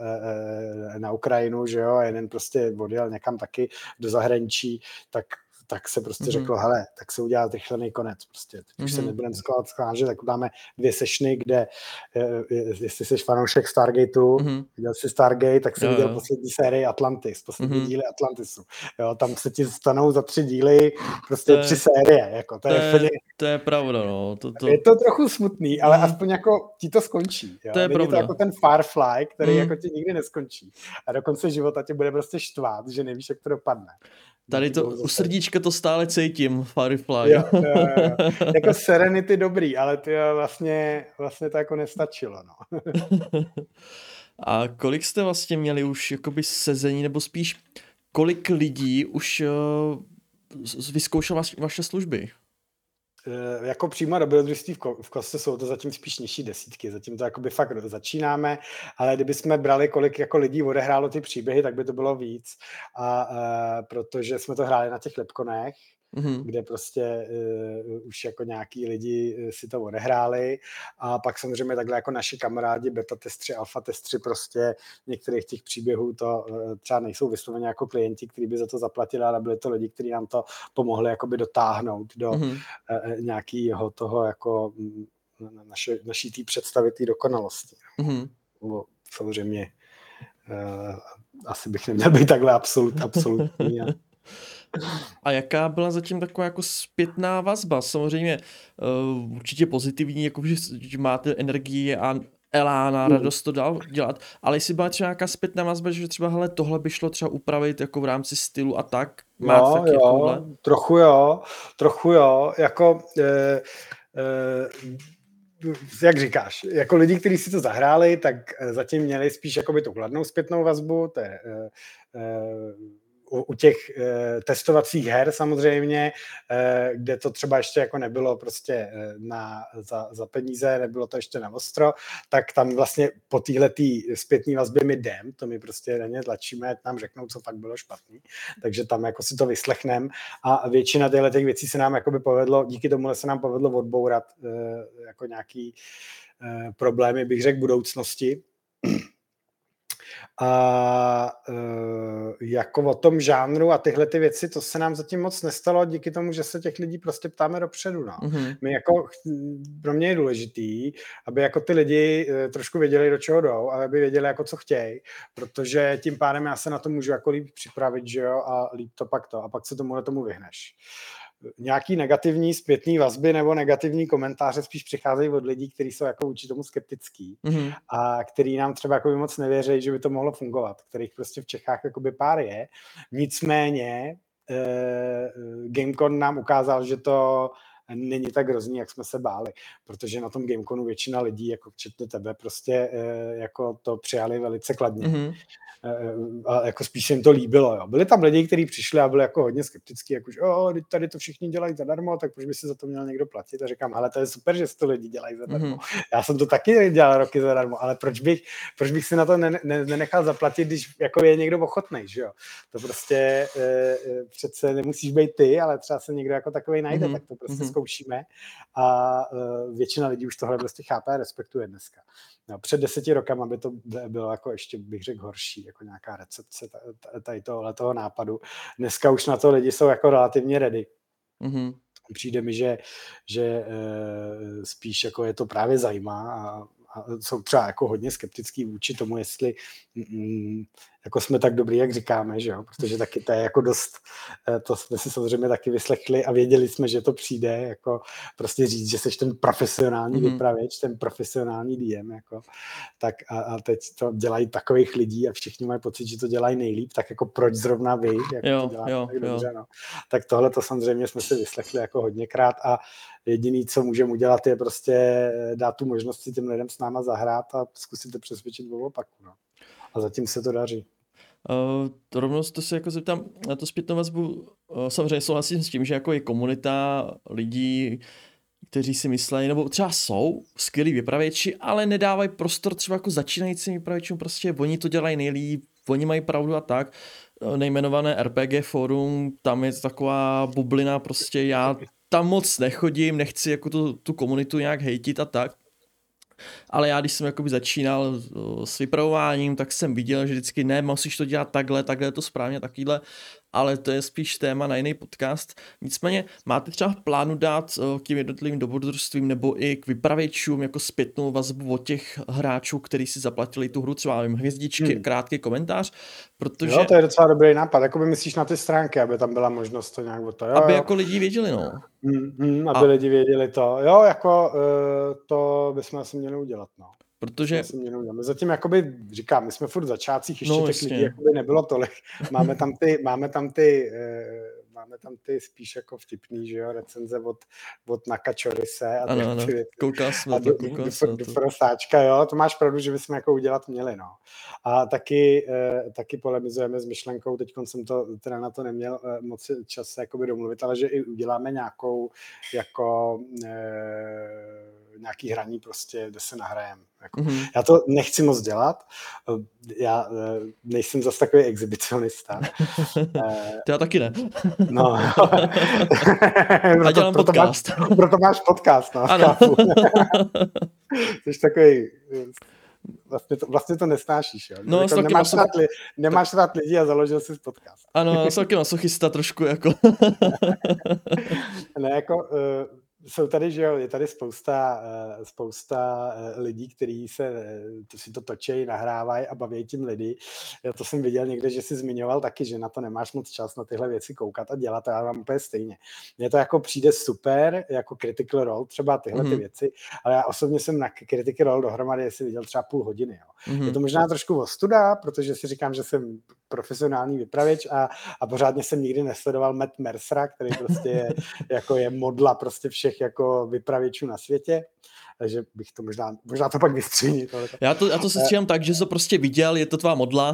na Ukrajinu, že jo, a jeden prostě odjel někam taky do zahraničí, tak se prostě řeklo, hele, tak se udělá zrychlený konec. Prostě. Teď už se nebudeme skládat, tak dáme 2 sessiony, kde jestli jsi fanoušek Stargateu, viděl jsi Stargate, tak jsem viděl poslední sérii Atlantis, poslední díly Atlantisu. Jo, tam se ti stanou za 3 díly prostě 3 série. Jako, to je pravda, no. Je to trochu smutný, ale aspoň jako ti to skončí. Jo? To je Není pravda. to jako ten Firefly, který jako ti nikdy neskončí. A do konce života tě bude prostě štvát, že nevíš, jak to dopadne. Tady to, u srdíčka to stále cítím, Firefly. Jo. Jako Serenity dobrý, ale ty vlastně to jako nestačilo. No. A kolik jste vlastně měli už jakoby sezení, nebo spíš kolik lidí už vyzkoušel vaše služby? Jako přímo dobrodružství v kostce jsou to zatím spíš nižší desítky, zatím to jakoby fakt začínáme, ale kdyby jsme brali, kolik jako lidí odehrálo ty příběhy, tak by to bylo víc, protože jsme to hráli na těch Lepkonech, kde prostě už jako nějaký lidi si to odehráli a pak samozřejmě takhle jako naši kamarádi, beta testři, alfa testři, prostě některých těch příběhů to třeba nejsou vysloveně jako klienti, kteří by za to zaplatili, ale byli to lidi, kteří nám to pomohli jakoby dotáhnout do nějakého toho jako naší té představy, té dokonalosti. Samozřejmě asi bych neměl být takhle absolutní. A jaká byla zatím taková jako zpětná vazba? Samozřejmě určitě pozitivní, jako že máte energii a elán a radost to dál dělat, ale jestli byla třeba nějaká zpětná vazba, že třeba hele, tohle by šlo třeba upravit jako v rámci stylu a tak? Máte taky takovouhle? Trochu jo, jako jak říkáš, jako lidi, kteří si to zahráli, tak zatím měli spíš jakoby tu kladnou zpětnou vazbu, to je u těch testovacích her samozřejmě, kde to třeba ještě jako nebylo prostě za peníze, nebylo to ještě na ostro, tak tam vlastně po téhletý zpětný vazbě my jdem, to my prostě na ně tlačíme, ať nám řeknou, co fakt bylo špatný, takže tam jako si to vyslechneme a většina těch věcí se nám jakoby povedlo, díky tomu se nám povedlo odbourat jako nějaký problémy, bych řekl, budoucnosti. A jako o tom žánru a tyhle ty věci, to se nám zatím moc nestalo díky tomu, že se těch lidí prostě ptáme dopředu. No. My jako, pro mě je důležitý, aby jako ty lidi trošku věděli, do čeho jdou, ale aby věděli, jako co chtějí, protože tím pádem já se na to můžu jako líp připravit, že jo, a líp to a pak se tomu vyhneš. Nějaký negativní zpětný vazby nebo negativní komentáře spíš přicházejí od lidí, kteří jsou jako vůči tomu skeptický a který nám třeba jako moc nevěří, že by to mohlo fungovat, kterých prostě v Čechách jakoby pár je. Nicméně Gamecon nám ukázal, že to není tak hrozný, jak jsme se báli, protože na tom Gameconu většina lidí, jako včetně tebe, prostě jako to přijali velice kladně. a jako spíš se jim to líbilo. Jo. Byli tam lidi, kteří přišli a byli jako hodně skeptický, jakože tady to všichni dělají zadarmo, tak proč by si za to měl někdo platit? A říkám, hele, to je super, že to lidi dělají zadarmo. Já jsem to taky dělal roky zadarmo, ale proč bych si na to nenechal zaplatit, když jako je někdo ochotnej, že jo? To prostě přece nemusíš být ty, ale třeba se někdo jako takovej najde, tak to prostě zkoušíme a většina lidí už tohle prostě chápe a respektuje dneska. No, před 10 rokama by to bylo jako ještě, bych řekl, horší, jako nějaká recepce tady toho nápadu. Dneska už na to lidi jsou jako relativně ready. Přijde mi, že spíš jako je to právě zajímá a jsou třeba jako hodně skeptický vůči tomu, jestli jako jsme tak dobrý, jak říkáme, že jo? Protože taky to je jako dost, to jsme si samozřejmě taky vyslechli a věděli jsme, že to přijde, jako prostě říct, že seš ten profesionální vypravěč, ten profesionální DM, jako, tak a teď to dělají takových lidí a všichni mají pocit, že to dělají nejlíp, tak jako proč zrovna vy, jak to děláte tak dobře, no. Tak tohle to samozřejmě jsme si vyslechli jako hodněkrát a jediný, co můžeme udělat, je prostě dát tu možnost si těm lidem s náma zahrát a zkusit to přesvědčit o opaku, no. A zatím se to daří. Rovnou to se jako zeptám na to zpětnou vazbu. Samozřejmě souhlasím s tím, že jako je komunita lidí, kteří si myslí, nebo třeba jsou skvělí vypravěči, ale nedávají prostor třeba jako začínajícím vypravěčům, prostě oni to dělají nejlíp, oni mají pravdu a tak. Nejmenované RPG Forum, tam je taková bublina, prostě já tam moc nechodím, nechci jako tu komunitu nějak hejtit a tak. Ale já, když jsem jakoby začínal s vypravováním, tak jsem viděl, že vždycky ne, musíš to dělat takhle je to správně, takhle, ale to je spíš téma na jiný podcast. Nicméně máte třeba v plánu dát k těm jednotlivým dobrodružstvím nebo i k vypravěčům jako zpětnou vazbu od těch hráčů, kteří si zaplatili tu hru, třeba hvězdičky, krátký komentář, protože... Jo, to je docela dobrý nápad, jakoby myslíš na ty stránky, aby tam byla možnost to nějak o to, jo, aby jo. jako lidi věděli, no. Aby lidi věděli to, jo, jako to bychom asi měli udělat, no. Protože... My zatím jakoby, říkám, my jsme furt v začátcích, ještě těch lidí jakoby nebylo tolik. Máme tam ty spíš jako vtipný, že jo, recenze od Nakačorise a ano, koukal jsem do Frosáčka, jo, to máš pravdu, že bychom jako udělat měli, no. A taky polemizujeme s myšlenkou, teď jsem to teda na to neměl moc čas se jakoby domluvit, ale že i uděláme nějakou jako nějaký hraní prostě, kde se nahrajeme. Jako. Já to nechci moc dělat, já nejsem zase takový exhibicionista. To já taky ne. No. Já dělám podcast. Proto máš podcast, no. Ano. Jsi takový... Vlastně to nesnášíš, jo? No, jako nemáš rád lidi a založil jsi podcast. Ano, já jsem taky masochista trošku, jako. Ne, jako... Jsou tady, že jo, je tady spousta lidí, kteří si to točejí, nahrávají a baví tím lidi. Já to jsem viděl někde, že jsi zmiňoval taky, že na to nemáš moc čas na tyhle věci koukat a dělat a já mám úplně stejně. Mně to jako přijde super, jako Critical Role, třeba tyhle ty věci, ale já osobně jsem na Critical Role dohromady si viděl třeba půl hodiny. Jo. Je to možná trošku ostuda, protože si říkám, že jsem profesionální vypravěč a pořádně jsem nikdy nesledoval Matt Mercera, který prostě je modla prostě všech jako vypravěčů na světě, takže bych to možná to pak vystřínil. Já to se stříhám tak, že jsi to prostě viděl, je to tvá modla.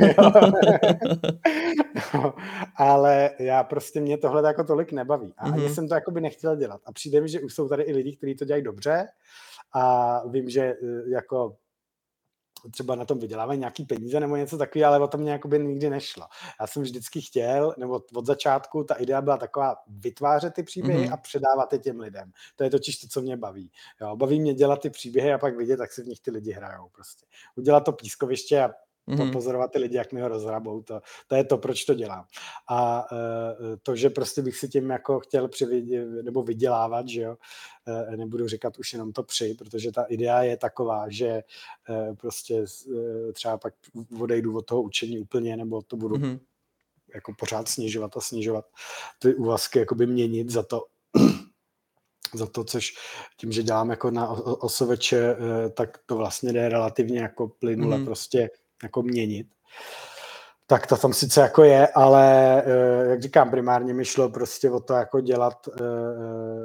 No, ale já prostě mě tohle jako tolik nebaví a ani jsem to jakoby nechtěl dělat a přijde mi, že už jsou tady i lidi, kteří to dělají dobře a vím, že jako třeba na tom vydělávají nějaký peníze nebo něco takového, ale o tom mě jakoby nikdy nešlo. Já jsem vždycky chtěl, nebo od začátku ta idea byla taková vytvářet ty příběhy a předávat je těm lidem. To je totiž to, co mě baví. Jo, baví mě dělat ty příběhy a pak vidět, jak se v nich ty lidi hrajou. Prostě. Udělat to pískoviště a pozorovat ty lidi, jak mi ho rozhrabou. To je to, proč to dělám. A to, že prostě bych si tím jako chtěl nebo vydělávat, že jo, nebudu říkat už jenom to protože ta idea je taková, že prostě třeba pak odejdu od toho učení úplně, nebo to budu jako pořád snižovat ty úvazky, jakoby měnit za to, což tím, že dělám jako na osoveče, tak to vlastně jde relativně jako plynule prostě jako měnit. Tak to tam sice jako je, ale jak říkám, primárně mi šlo prostě o to jako dělat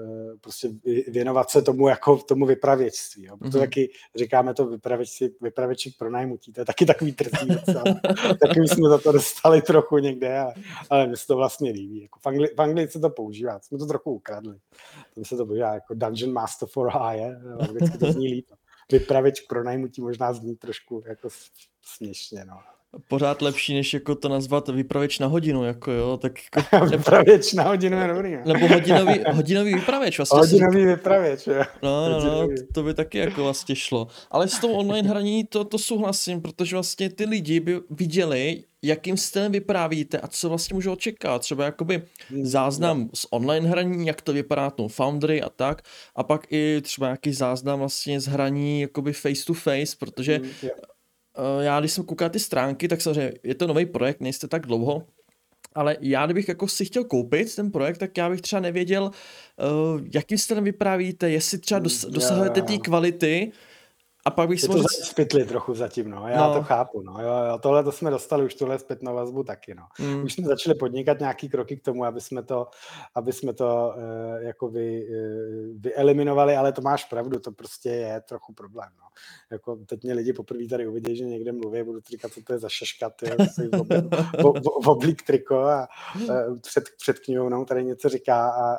prostě věnovat se tomu jako tomu vypravěčství. Jo. Proto taky říkáme to vypravěček pro najmutí. To je taky takový trzí docela. Taky jsme za to dostali trochu někde, ale mi se to vlastně líbí. Jako v Anglii se to používá. Jsme to trochu ukradli. Tam se to používá jako Dungeon Master for Hire. Vždycky to zní líp. Vypravěč pro najmutí možná zní trošku jako směšně. No. Pořád lepší, než jako to nazvat vypravěč na hodinu, jako jo, tak jako... Vypravěč na hodinu je dobrý, ne? Nebo hodinový vypravěč. Vlastně hodinový vypravěč, jo. No, to by taky jako vlastně šlo. Ale s tou online hraní to souhlasím, protože vlastně ty lidi by viděli, jakým stylem vyprávíte a co vlastně můžou očekávat. Třeba jakoby záznam z online hraní, jak to vypadá na Foundry a tak. A pak i třeba nějaký záznam vlastně z hraní jakoby face to face, protože já když jsem koukal ty stránky, tak samozřejmě je to nový projekt, nejste tak dlouho, ale já kdybych jako si chtěl koupit ten projekt, tak já bych třeba nevěděl, jakým stylem vyprávíte, jestli třeba dosahujete té kvality, a pak bych si to zpytli trochu zatím, no. Já to chápu, no. Jo, tohle to jsme dostali už tuhle zpětnou vazbu taky, no. Už jsme začali podnikat nějaký kroky k tomu, aby jsme to jako vyeliminovali, ale to máš pravdu, to prostě je trochu problém, no. Jako teď mě lidi poprvé tady uvidí, že někde mluví, budu říkat, co to je za šaškat, v oblík triko a před knihovnou tady něco říká a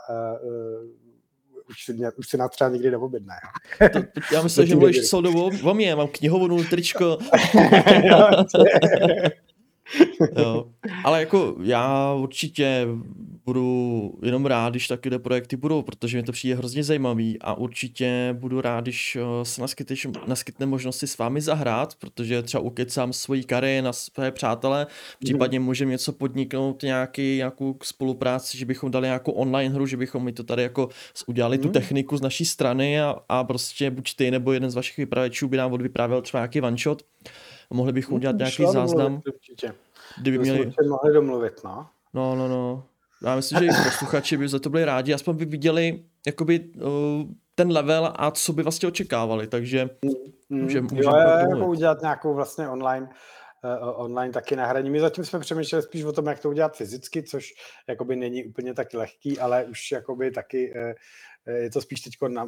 už si nás třeba nikdy neobjedná. Já myslím, že mluvíš celou dobu o mě, mám knihovnu, tričko. Jo. Ale jako já určitě budu jenom rád, když takové projekty budou, protože mi to přijde hrozně zajímavý a určitě budu rád, když se naskytne možnosti s vámi zahrát, protože třeba ukecám svoji kary na své přátelé, případně můžeme něco podniknout, nějakou spolupráci, že bychom dali nějakou online hru, že bychom mi to tady jako udělali tu techniku z naší strany a prostě buď ty nebo jeden z vašich vypravěčů by nám odvyprávěl třeba nějaký one shot. Mohli bychom udělat nějaký záznam. Kdyby měli... mohli domluvit, no. No. Já myslím, že i posluchači by za to byli rádi, aspoň by viděli jakoby ten level a co by vlastně očekávali, takže můžeme jako udělat nějakou vlastně online taky nahraní. My zatím jsme přemýšleli spíš o tom, jak to udělat fyzicky, což jakoby není úplně tak lehký, ale už jakoby taky je to spíš teď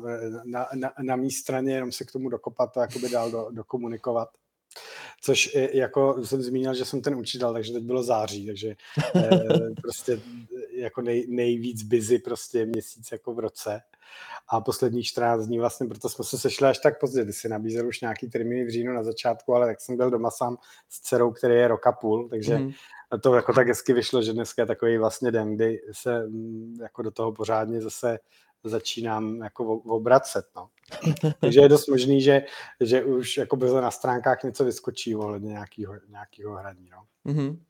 na mý straně, jenom se k tomu dokopat a jakoby dál dokomunikovat. Což jako jsem zmínil, že jsem ten učitel, takže teď bylo září, takže prostě jako nejvíc busy prostě měsíc jako v roce a posledních 14 dní vlastně, proto jsme se sešli až tak pozdě, kdy si nabízel už nějaký termíny v říjnu na začátku, ale tak jsem byl doma sám s dcerou, který je rok a půl, takže to jako tak hezky vyšlo, že dneska je takový vlastně den, kdy se jako do toho pořádně zase začínám jako obracet, no. Takže je dost možný, že už jako brzo na stránkách něco vyskočí ohledně nějakého hraní, no.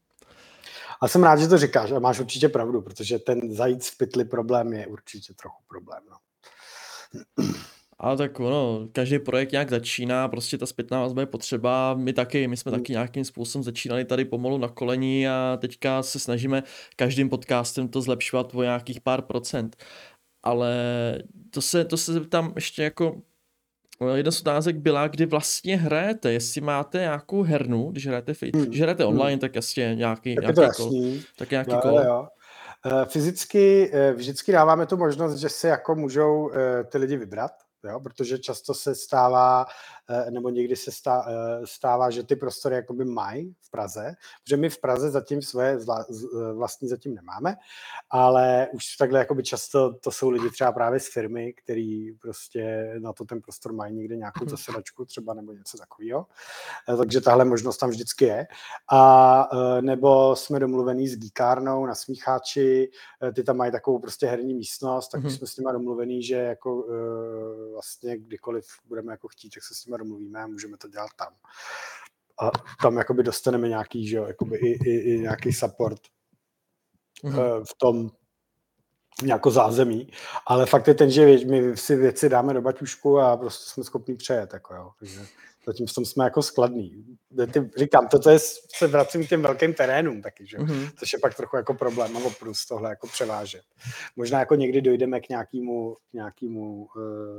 A jsem rád, že to říkáš a máš určitě pravdu, protože ten zajít v pytli problém je určitě trochu problém, no. Ale tak ono, každý projekt nějak začíná, prostě ta zpětná vazba je potřeba, my jsme taky nějakým způsobem začínali tady pomalu na koleni a teďka se snažíme každým podcastem to zlepšovat o nějakých pár procent. Ale to se zeptám ještě jako, jedna z otázek byla, kdy vlastně hrajete, jestli máte nějakou hernu, když hrajete online, tak jasně nějaký kol. Jo. Fyzicky vždycky dáváme tu možnost, že si jako můžou ty lidi vybrat, jo, protože často se stává, nebo někdy se stává, že ty prostory jakoby mají v Praze, protože my v Praze zatím svoje vlastní zatím nemáme, ale už takhle jakoby často to jsou lidi třeba právě z firmy, který prostě na to ten prostor mají někde nějakou zasedačku třeba nebo něco takového, takže tahle možnost tam vždycky je. A nebo jsme domluvený s Geekárnou na Smícháči, ty tam mají takovou prostě herní místnost, tak jsme s nimi domluvený, že jako vlastně kdykoliv budeme jako chtít, tak se s nimi domluvíme a můžeme to dělat tam. A tam jakoby dostaneme nějaký, že jo, jakoby i nějaký support v tom nějakou zázemí, ale fakt je ten, že my si věci dáme do baťušku a prostě jsme schopni přejet, jako jo, takže zatím v tom jsme jako skladný. Říkám, toto se vracím k těm velkým terénům taky, že? Což je pak trochu jako problém, nebo plus tohle jako převážet. Možná jako někdy dojdeme k nějakému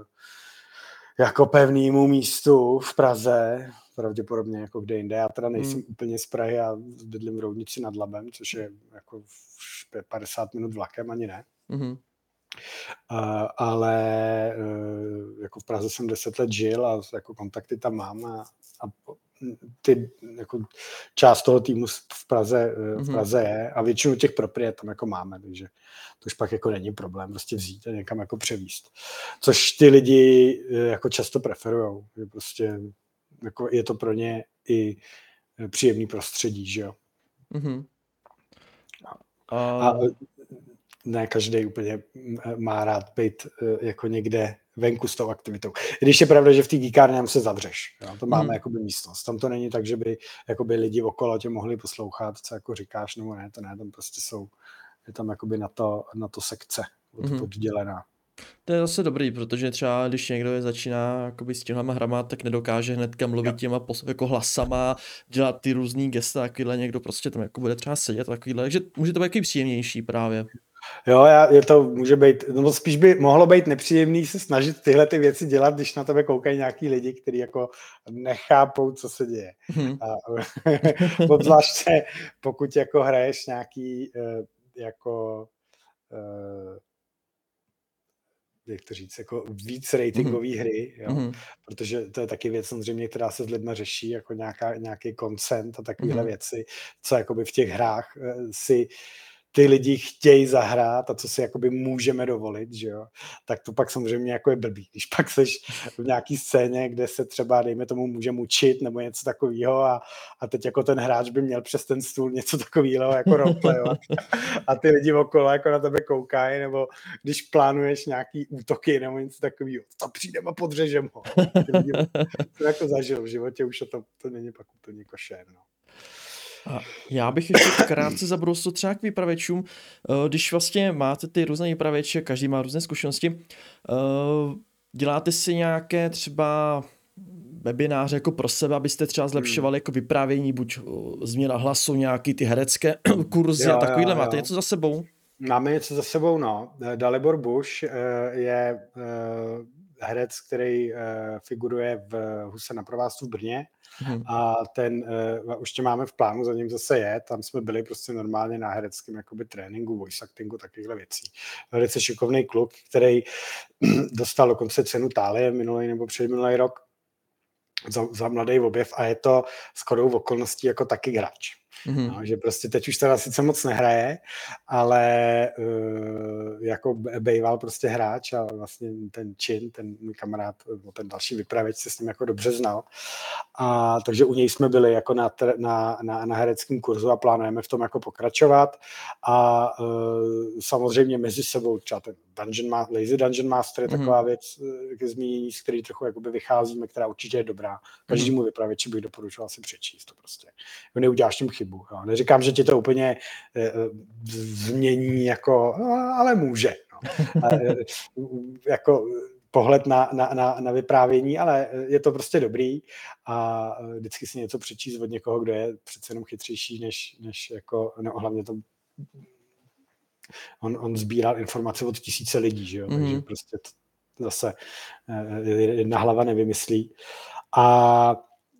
jako pevnému místu v Praze, pravděpodobně jako kde jinde. Já teda nejsem úplně z Prahy a bydlím v Roudnici nad Labem, což je jako 50 minut vlakem, ani ne. Ale jako v Praze jsem 10 let žil a jako kontakty tam mám a ty, jako část toho týmu v Praze je a většinu těch propriet tam jako máme, takže to už pak jako není problém prostě vzít a někam jako převíst. Což ty lidi jako často preferujou, že prostě jako je to pro ně i příjemný prostředí, že jo. A ne každý úplně má rád být jako někde venku s tou aktivitou. Když je pravda, že v té geekárně se zavřeš. Jo? To máme jakoby místnost. Tam to není tak, že by jakoby lidi okolo tě mohli poslouchat, co jako říkáš, nebo ne, to ne, tam prostě je tam jakoby na to sekce oddělená. To je zase dobrý, protože třeba když někdo začíná jakoby s těhlema hrama, tak nedokáže hnedka mluvit těma jako hlasama, dělat ty různý gesta, takovýhle někdo prostě tam jako bude třeba sedět takovýhle, takže může to být takový příjemnější právě. Jo, to může být, no spíš by mohlo být nepříjemný se snažit tyhle ty věci dělat, když na tebe koukají nějaký lidi, kteří jako nechápou, co se děje. Obzvláště pokud jako hraješ nějaký jako jak to říct, jako víc ratingové hry, jo? Protože to je taky věc samozřejmě, která se s lidma řeší, jako nějaký consent a takovéhle věci, co jakoby v těch hrách si ty lidi chtějí zahrát a co si jakoby můžeme dovolit, že jo, tak to pak samozřejmě jako je blbý. Když pak seš v nějaký scéně, kde se třeba, dejme tomu, může mučit nebo něco takového a teď jako ten hráč by měl přes ten stůl něco takového jako roleplayovat a ty lidi okolo jako na tebe koukají, nebo když plánuješ nějaký útoky nebo něco takového, to přijdeme a podřežem ho. To jako zažil v životě, už to není pak úplně košer, no. A já bych ještě krátce zabrousil třeba k vypravěčům. Když vlastně máte ty různé vypravěče, každý má různé zkušenosti, děláte si nějaké třeba webináře jako pro sebe, abyste třeba zlepšovali jako vyprávění, buď změna hlasu, nějaký ty herecké kurzy a takovýhle. Máte něco za sebou? Máme něco za sebou, no. Dalibor Bush je herec, který figuruje v Huse na provázku v Brně a ten už tě máme v plánu, za ním zase je, tam jsme byli prostě normálně na hereckém jakoby tréninku, voice actingu, takovýchhle věcí. Velice šikovný kluk, který dostal dokonce cenu Thálie minulý nebo předminulý rok za mladý objev a je to shodou okolností jako taky hráč. No, že prostě teď už teda sice moc nehraje, ale jako bejval prostě hráč a vlastně ten Chin, ten můj kamarád, ten další vypravěč se s ním jako dobře znal. A takže u něj jsme byli jako na hereckém kurzu a plánujeme v tom jako pokračovat a samozřejmě mezi sebou třeba ten Lazy Dungeon Master je taková věc ke zmínění, z který trochu jakoby vycházíme, která určitě je dobrá. Každému vypravěči bych doporučoval si přečíst to prostě. Neuděláš tím chybu. Jo. Neříkám, že ti to úplně změní, jako, ale může. No. Jako pohled na vyprávění, ale je to prostě dobrý a vždycky si něco přečíst od někoho, kdo je přece jenom chytřejší, než jako, no, hlavně to on sbíral informace od tisíce lidí, že jo? Takže prostě to zase jedna hlava nevymyslí. A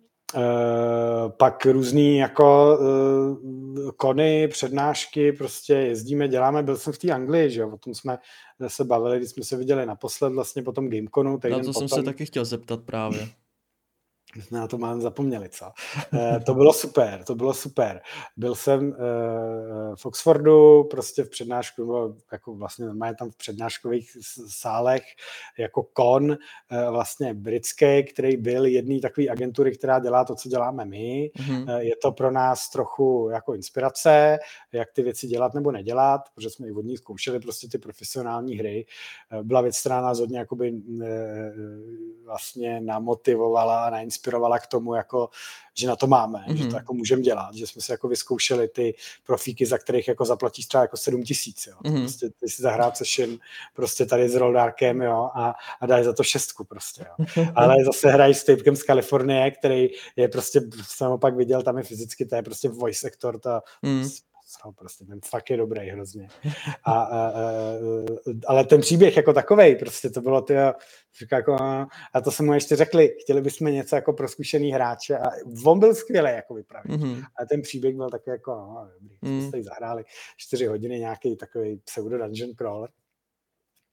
pak různý jako kony, přednášky, prostě jezdíme, děláme, byl jsem v té Anglii, že jo, o tom jsme se bavili, když jsme se viděli naposled vlastně po tom Gameconu. Na to jsem se taky chtěl zeptat právě. Na to mám zapomněli, co? To bylo super. Byl jsem v Oxfordu, prostě v přednášku, jako vlastně normálně tam v přednáškových sálech, jako kon, vlastně britský, který byl jedný takový agentury, která dělá to, co děláme my. Je to pro nás trochu jako inspirace, jak ty věci dělat nebo nedělat, protože jsme i od nich zkoušeli prostě ty profesionální hry. Byla věc, která nás hodně jakoby vlastně namotivovala a nainspirovala k tomu, jako, že na to máme, že to jako můžeme dělat, že jsme si jako vyzkoušeli ty profíky, za kterých jako zaplatíš třeba jako 7 000, jo. Prostě ty si zahrát session prostě tady s Roldarkem, jo, a dáš za to 6, prostě, jo. Ale zase hrají s typkem z Kalifornie, který je prostě, jsem opak viděl, tam je fyzicky, to je prostě voice actor, prostě ten fakt je dobrý hrozně. Ale ten příběh jako takovej, prostě to bylo jako, a to jsme mu ještě řekli, chtěli bychom něco jako pro zkušený hráče a on byl skvělý jako vypravěč. A ten příběh byl takový jako, dobrý, jsme si tady zahráli 4 hodiny nějaký takový pseudo dungeon crawler.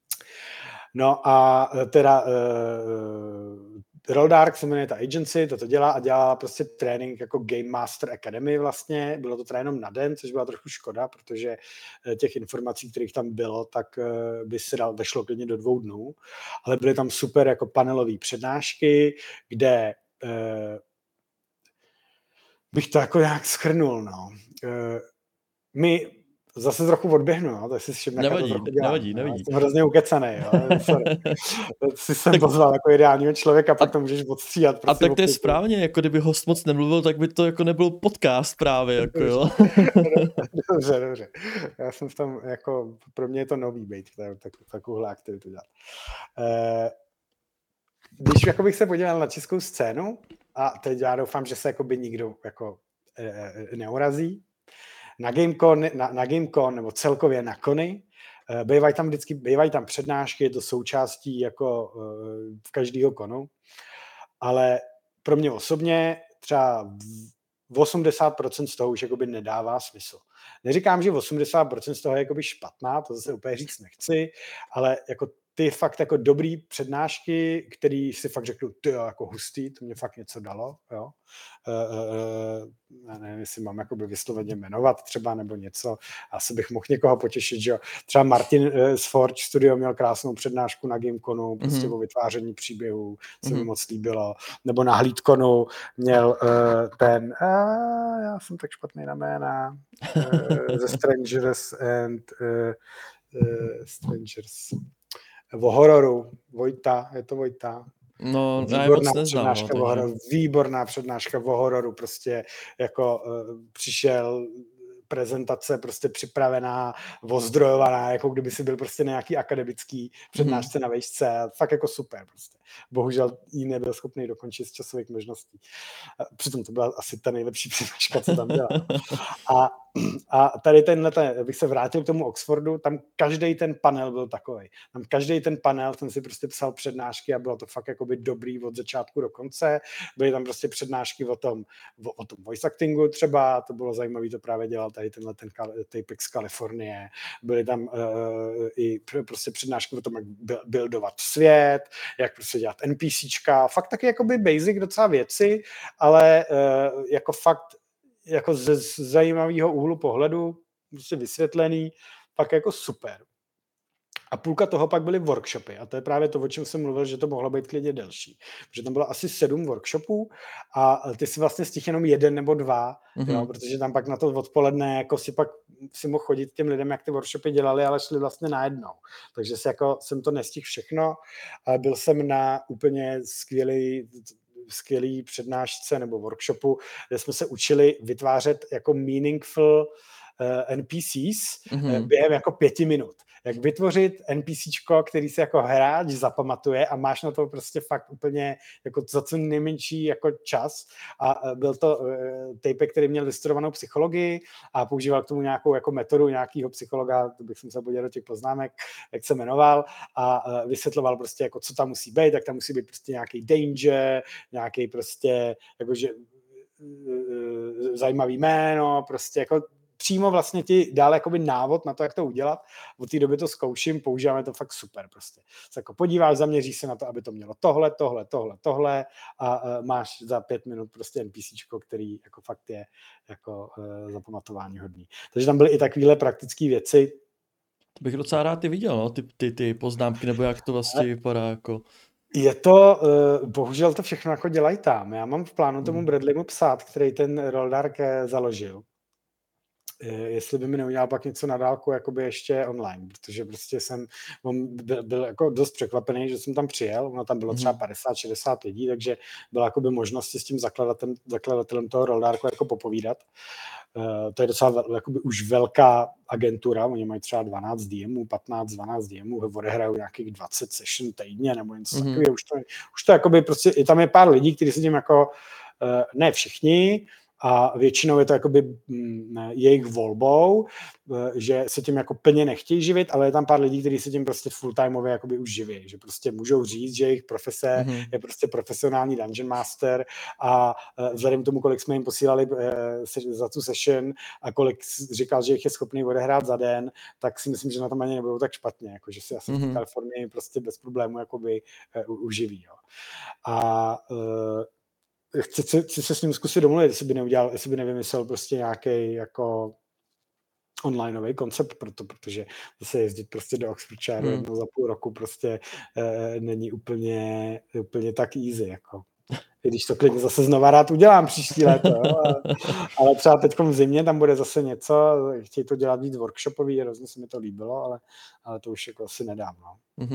No a teda Roldark se jmenuje ta agency, to dělá a dělá prostě trénink jako Game Master Academy vlastně. Bylo to třeba jenom na den, což byla trochu škoda, protože těch informací, kterých tam bylo, tak by se vešlo klidně do 2 dnů. Ale byly tam super jako panelové přednášky, kde bych to jako nějak shrnul, no. My zase trochu odběhnu, no, tak si všimne, jak to trochu dělám. Nevadí. Jsem hrozně ukecanej, jo, sorry. Si jsem pozval jako ideálního člověka, pak to můžeš odstříhat. Prostě a tak to je správně, jako kdyby host moc nemluvil, tak by to jako nebyl podcast právě, jako jo. Dobře. Já jsem v tom, jako, pro mě je to nový bejt, takovouhle aktivitu dělat. Když jako bych se podíval na českou scénu, a teď já doufám, že se jako by nikdo jako neurazí, na GameCon nebo celkově na Kony, bývají tam přednášky, je to součástí jako v každého konu, ale pro mě osobně třeba 80% z toho už jakoby nedává smysl. Neříkám, že 80% z toho je jakoby špatná, to zase úplně říct nechci, ale jako ty fakt jako dobrý přednášky, který si fakt řeknu, ty jako hustý, to mě fakt něco dalo, jo. Já nevím, jestli mám jakoby vysloveně jmenovat třeba nebo něco, asi bych mohl někoho potěšit, že jo. Třeba Martin z Forge Studio měl krásnou přednášku na GameConu, prostě o vytváření příběhů, co mi moc líbilo, nebo na Hlídkonu měl já jsem tak špatný na jména, The Strangers and Strangers o hororu, je to Vojta? No, já moc neznám. Výborná přednáška o hororu, prostě jako přišel prezentace prostě připravená, ozdrojovaná, jako kdyby si byl prostě nějaký akademický přednášce na vejšce, fakt jako super prostě. Bohužel jí nebyl schopný dokončit z časových možností. Přitom to byla asi ta nejlepší přednáška, co tam byla. A tady bych se vrátil k tomu Oxfordu, tam každý ten panel byl takovej. Tam každý ten panel, ten si prostě psal přednášky a bylo to fakt jakoby dobrý od začátku do konce. Byly tam prostě přednášky o tom voice actingu třeba, to bylo zajímavé, to právě dělal tady ten Apex Kalifornie. Byly tam i prostě přednášky o tom, jak buildovat svět, jak prostě dělat NPCčka, fakt taky jakoby basic docela věci, ale jako fakt jako ze zajímavého úhlu pohledu, prostě vysvětlený, pak jako super. A půlka toho pak byly workshopy a to je právě to, o čem jsem mluvil, že to mohlo být klidně delší. Protože tam bylo asi 7 workshopů a ty si vlastně stihl jenom 1 nebo 2, jo, protože tam pak na to odpoledne jako si mohl chodit těm lidem, jak ty workshopy dělali, ale šli vlastně najednou. Takže jsem to nestihl všechno, ale byl jsem na úplně skvělý přednášce nebo workshopu, kde jsme se učili vytvářet jako meaningful NPCs během jako 5 minut. Jak vytvořit NPCčko, který si jako hráč zapamatuje a máš na to prostě fakt úplně jako za co nejmenší jako čas. A byl to Tapek, který měl vystudovanou psychologii a používal k tomu nějakou jako metodu nějakého psychologa, to bych se podíval do těch poznámek, jak se jmenoval, a vysvětloval prostě jako co tam musí být, tak tam musí být prostě nějaký danger, nějaký prostě jakože zajímavý jméno, prostě jako přímo vlastně ti dál jakoby návod na to, jak to udělat. Od té doby to zkouším, používáme to fakt super prostě. Se jako podíváš, zaměříš se na to, aby to mělo tohle a máš za 5 minut prostě NPCčko, který jako fakt je jako zapamatování hodný. Takže tam byly i takovéhle praktické věci. To bych docela rád viděl, no? ty poznámky, nebo jak to vlastně vypadá jako... Je to, bohužel to všechno jako dělají tam. Já mám v plánu tomu Bradleymu psát, který ten Roldark založil. Jestli by mi neudělal pak něco na dálku jakoby ještě online, protože prostě on byl jako dost překvapený, že jsem tam přijel, ono tam bylo třeba 50-60 lidí, takže byla jakoby možnost si s tím zakladatelem toho Roldarku jako popovídat. To je docela jakoby už velká agentura, oni mají třeba 12 DMů, 15-12 DMů, odehrajou nějakých 20 session týdně nebo něco takového, už to jakoby prostě, tam je pár lidí, kteří se tím jako, ne všichni, A většinou je to jakoby jejich volbou, že se tím jako plně nechtějí živit, ale je tam pár lidí, kteří se tím prostě full-timeově jakoby už živí, že prostě můžou říct, že jejich profese je prostě profesionální Dungeon Master a vzhledem k tomu, kolik jsme jim posílali za tu session a kolik říkal, že jich je schopný odehrát za den, tak si myslím, že na tom ani nebudou tak špatně, jako že si asi v Kalifornii prostě bez problému jakoby uživí. Jo. A chci se s ním zkusit domluvit, jestli by nevymyslel prostě nějaký jako onlineový koncept protože zase jezdit prostě do Oxfordshire jednou za půl roku prostě není úplně tak easy, jako. I když to klidně zase znova rád udělám příští léto, ale třeba teď v zimě tam bude zase něco, chtějí to dělat víc workshopový, hrozně se mi to líbilo, ale to už jako asi nedám, no.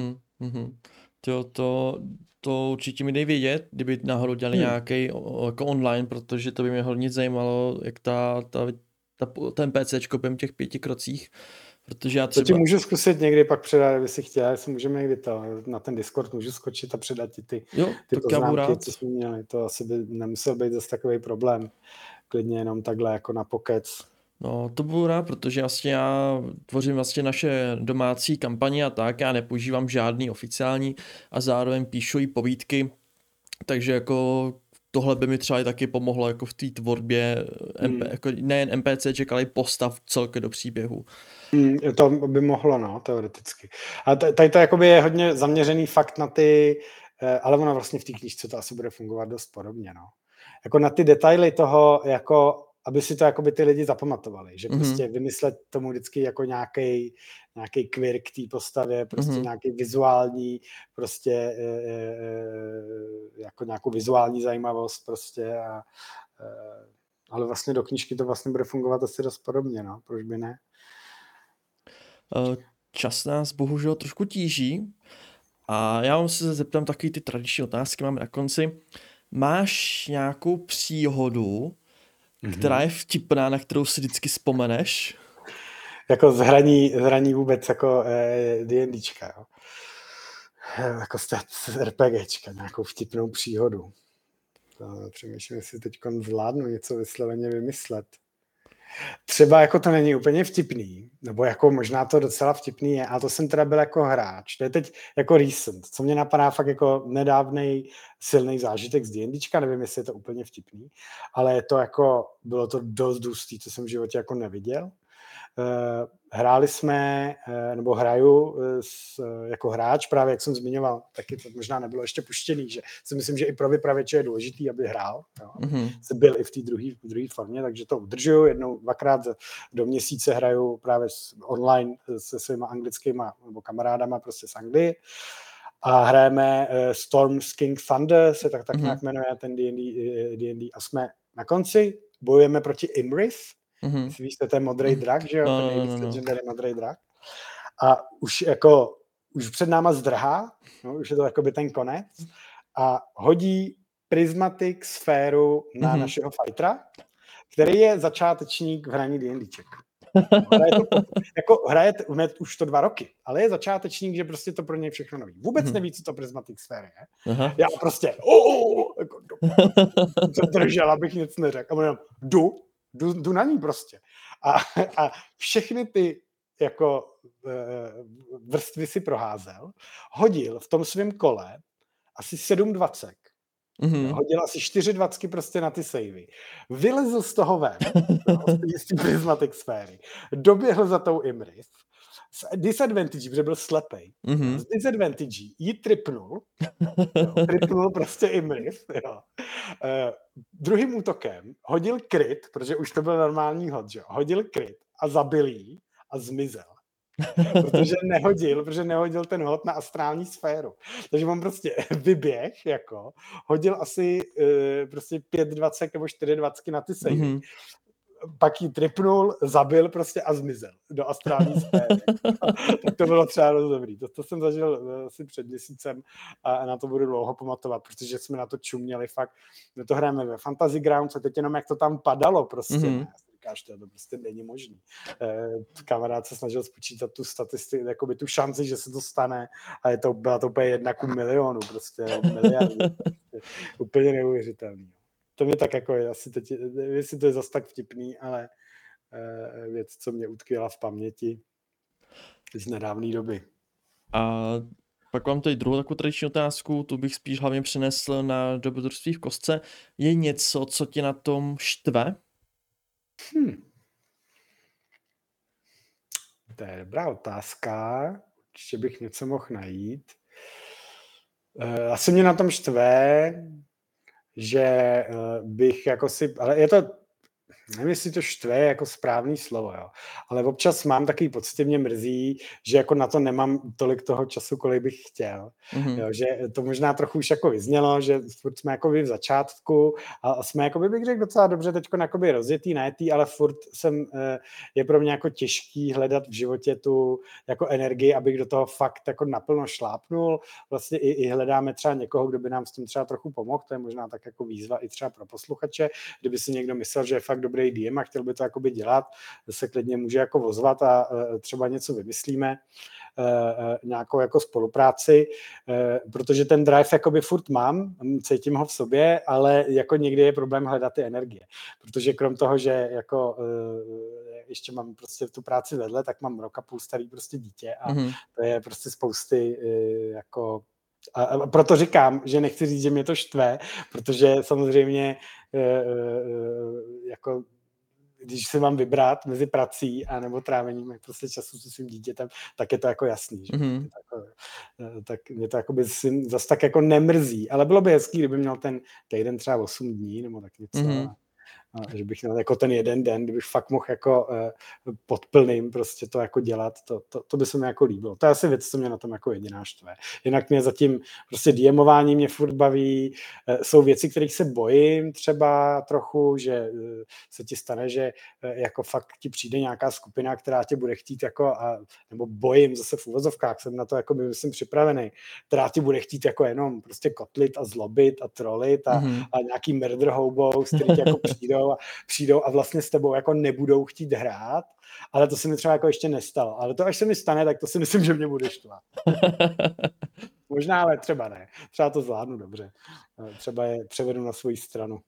To určitě mi dej vědět, kdyby náhodou dělali nějaký jako online, protože to by mě hodně zajímalo, jak ten PCčko během těch 5 krocích, protože já třeba... To ti můžu zkusit někdy pak předat, kdyby si chtěla, jestli můžeme někdy na ten Discord můžu skočit a předat ti ty poznámky, co jsme měli. To asi by nemusel být zase takový problém. Klidně jenom takhle jako na pokec. No, to budu rád, protože vlastně já tvořím vlastně naše domácí kampaně a tak, já nepoužívám žádný oficiální a zároveň píšu i povídky, takže jako tohle by mi třeba i taky pomohlo jako v té tvorbě jako nejen NPCček, ale i postav celkem do příběhu. To by mohlo, no, teoreticky. A tady to jakoby je hodně zaměřený fakt na ty, ale ono vlastně v té knížce to asi bude fungovat dost podobně, no. Jako na ty detaily toho, jako aby si to jakoby ty lidi zapamatovali, že prostě vymyslet tomu vždycky jako nějaký quirk té postavě, prostě nějaký vizuální, prostě jako nějakou vizuální zajímavost prostě ale vlastně do knížky to vlastně bude fungovat asi dost podobně, no, proč by ne? Čas nás bohužel trošku tíží a já vám se zeptám takový ty tradiční otázky, máme na konci. Máš nějakou příhodu, která je vtipná, na kterou si vždycky vzpomeneš? Jako z hraní vůbec jako D&Dčka, jo. Jako z RPGčka, nějakou vtipnou příhodu. Přemýšlím, jestli teď zvládnu něco vysloveně vymyslet. Třeba jako to není úplně vtipný, nebo jako možná to docela vtipný je, a to jsem teda byl jako hráč. To je teď jako recent, co mě napadá fakt jako nedávnej silný zážitek z D&Dčka, nevím, jestli je to úplně vtipný, ale je to jako, bylo to dost dustý, co jsem v životě jako neviděl. Hráli jsme, nebo hraju jako hráč, právě jak jsem zmiňoval, taky to možná nebylo ještě puštěný, že si myslím, že i pro vypravěče je důležitý, aby hrál. Jsem byl i v té druhé formě, takže to udržuju. Dvakrát do měsíce hraju právě online se svýma anglickýma nebo kamarádama prostě z Anglie a hrajeme Storm's King Thunder, se tak nějak jmenuje ten D&D a jsme na konci, bojujeme proti Imrith. Víš, to je modrý drak, že jo? Ten nejvíc legendary modrý drak. A už před náma zdrhá, no, už je to jakoby ten konec, a hodí prismatic sféru na našeho fightera, který je začátečník v hraní D&Dček. Hraje už to 2 roky, ale je začátečník, že prostě to pro něj všechno nový. Vůbec neví, co to prismatic sféra je. Já prostě jsem držel, abych nic neřekl. A mluvím, jdu na ní prostě. A všechny ty jako vrstvy si proházel, hodil v tom svém kole asi 7 dvacek. Hodil asi 4 dvacky prostě na ty savey. Vylezl z toho ven, z té prismatic sféry. Doběhl za tou Imrith. S disadvantage, protože byl slepej. Z disadvantage jí tripnul. Tripnul prostě Imrith. Druhým útokem hodil crit, protože už to byl normální hod, že? Hodil crit a zabil jí a zmizel. Protože nehodil ten hod na astrální sféru. Takže on prostě vyběh, hodil asi prostě 5 dvacek nebo 4 dvacky na ty sejmy. Pak ji tripnul, zabil prostě a zmizel do astrální sféry. Tak to bylo třeba dost dobrý. To jsem zažil asi před měsícem a na to budu dlouho pamatovat, protože jsme na to čuměli fakt. My to hrajeme ve Fantasy Grounds a teď jenom jak to tam padalo prostě. Ne? Říkáš, to prostě není možný. Kamarád se snažil spočítat tu statistiku, jakoby tu šanci, že se to stane a byla to úplně 1 ku milionu, prostě miliardy. Úplně neuvěřitelný. To mě tak jako asi teď, jestli to je zas tak vtipný, ale věc, co mě utkvěla v paměti z nedávné doby. A pak mám tady druhou takovou tradiční otázku, tu bych spíš hlavně přinesl na dobrodružství v kostce. Je něco, co tě na tom štve? To je dobrá otázka. Určitě bych něco mohl najít. Asi mě na tom štve, že bych jako si, ale je to, nevím, jestli to štve je jako správný slovo, jo. Ale občas mám takový pocit, mě mrzí, že jako na to nemám tolik toho času, kolik bych chtěl. Mhm. Jo, že to možná trochu už jako vyznělo, že furt jsme jako v začátku a jsme jako bych řekl docela dobře teď jakoby rozjetý, najetý, ale furt je pro mě jako těžký hledat v životě tu jako energii, abych do toho fakt jako naplno šlápnul. Vlastně i hledáme třeba někoho, kdo by nám s tím třeba trochu pomohl, to je možná tak jako výzva i třeba pro posluchače, kdyby si někdo myslel, že je fakt dobrý DM a chtěl by to jakoby dělat, se klidně může jako ozvat a třeba něco vymyslíme, nějakou jako spolupráci, protože ten drive jakoby furt mám, cítím ho v sobě, ale jako někdy je problém hledat ty energie, protože krom toho, že jako ještě mám prostě tu práci vedle, tak mám rok a půl starý prostě dítě a to je prostě spousty jako a proto říkám, že nechci říct, že mě to štve, protože samozřejmě jako když se mám vybrat mezi prací a nebo trávením prostě času se svým dítětem, tak je to jako jasný. Že? Tak mě to jako by zase tak jako nemrzí, ale bylo by hezký, kdyby měl ten týden třeba 8 dní nebo tak něco. A že bych měl jako ten jeden den, kdybych fakt mohl jako pod plným prostě to jako dělat, to by se mi jako líbilo. To je asi věc, co mě na tom jako jediná štve. Jinak mě zatím prostě DMování mě furt baví, jsou věci, kterých se bojím třeba trochu, že se ti stane, že jako fakt ti přijde nějaká skupina, která tě bude chtít jako, nebo bojím zase v uvozovkách, jsem na to jako myslím připravený, která ti bude chtít jako jenom prostě kotlit a zlobit a trolit a nějaký murder hobos, který ti jako přijdou a vlastně s tebou jako nebudou chtít hrát, ale to se mi třeba jako ještě nestalo. Ale to, až se mi stane, tak to si myslím, že mě bude štvat. Možná, ale třeba ne. Třeba to zvládnu dobře. Třeba je převedu na svoji stranu.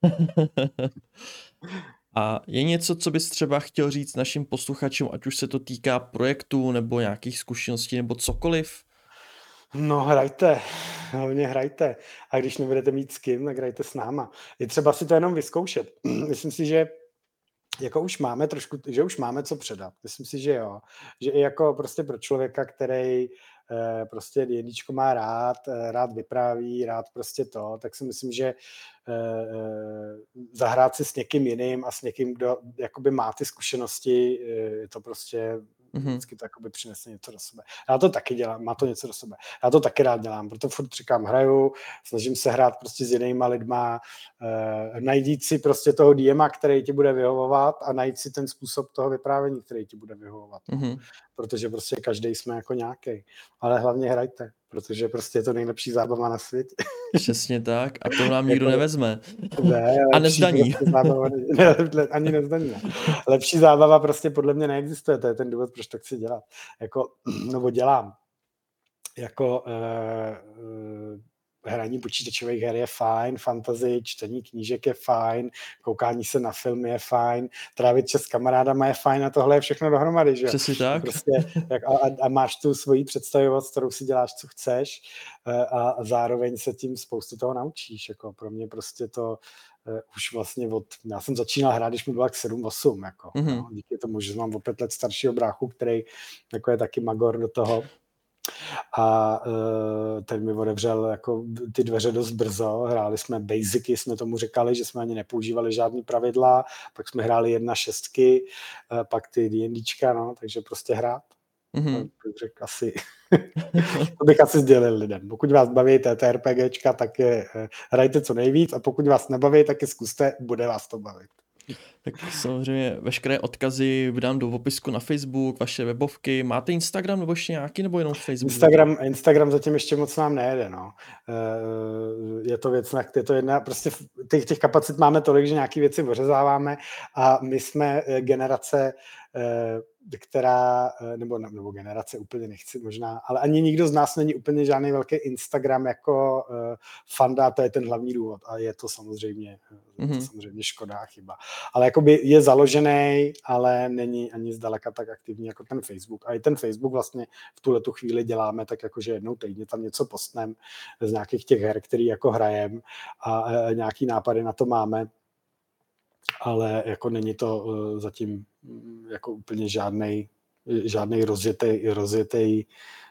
A je něco, co bys třeba chtěl říct našim posluchačům, ať už se to týká projektů nebo nějakých zkušeností nebo cokoliv? No hrajte, hlavně hrajte. A když nebudete mít s kým, tak hrajte s náma. Je třeba si to jenom vyzkoušet. Myslím si, že jako už máme trošku, že už máme co předat. Myslím si, že jo. Že i jako prostě pro člověka, který prostě D&Dčko má rád vypráví, rád prostě to, tak si myslím, že zahrát si s někým jiným a s někým, kdo jakoby má ty zkušenosti, je to prostě vždycky to jakoby přinese něco do sebe. Já to taky dělám, má to něco do sebe. Já to taky rád dělám, proto furt říkám, hraju, snažím se hrát prostě s jinýma lidma, najít si prostě toho DMa, který ti bude vyhovovat a najít si ten způsob toho vyprávění, který ti bude vyhovovat. Protože prostě každý jsme jako nějaký. Ale hlavně hrajte, protože prostě je to nejlepší zábava na světě. Přesně tak. A to nám nikdo nevezme. Ne, a nezdaní. Zábava, ani nezdaní. Lepší zábava prostě podle mě neexistuje. To je ten důvod, proč to chci dělat. Jako, nebo dělám. Jako hraní počítačových her je fajn, fantasy, čtení knížek je fajn, koukání se na filmy je fajn, trávit čas s kamarádama je fajn a tohle je všechno dohromady, že? Přesně tak. Prostě, a máš tu svoji představivost, kterou si děláš, co chceš a zároveň se tím spoustu toho naučíš. Jako pro mě prostě to už vlastně já jsem začínal hrát, když mi bylo tak 7-8, jako, no, díky tomu, že mám o 5 let staršího bráchu, který jako je taky magor do toho. A ten mi otevřel jako ty dveře dost brzo, hráli jsme basicy, jsme tomu říkali, že jsme ani nepoužívali žádný pravidla, pak jsme hráli 1.6, pak ty D&Dčka, no, takže prostě hrát. To bych asi sdělil lidem. Pokud vás baví TTRPGčka, tak je hrajte co nejvíc a pokud vás nebaví, tak je zkuste, bude vás to bavit. Tak samozřejmě veškeré odkazy vydám do popisku na Facebook, vaše webovky. Máte Instagram nebo ještě nějaký, nebo jenom Facebook? Instagram zatím ještě moc nám nejede, no. Je to věc, je to jedna, prostě těch kapacit máme tolik, že nějaký věci ořezáváme a my jsme generace která, nebo generace úplně nechci možná, ale ani nikdo z nás není úplně žádný velký Instagram jako fanda, to je ten hlavní důvod a je to samozřejmě škoda a chyba. Ale jakoby je založený, ale není ani zdaleka tak aktivní jako ten Facebook. A i ten Facebook vlastně v tuhletu chvíli děláme tak jakože jednou týdně tam něco postnem z nějakých těch her, který jako hrajem a nějaký nápady na to máme, ale jako není to zatím jako úplně žádnej rozjetý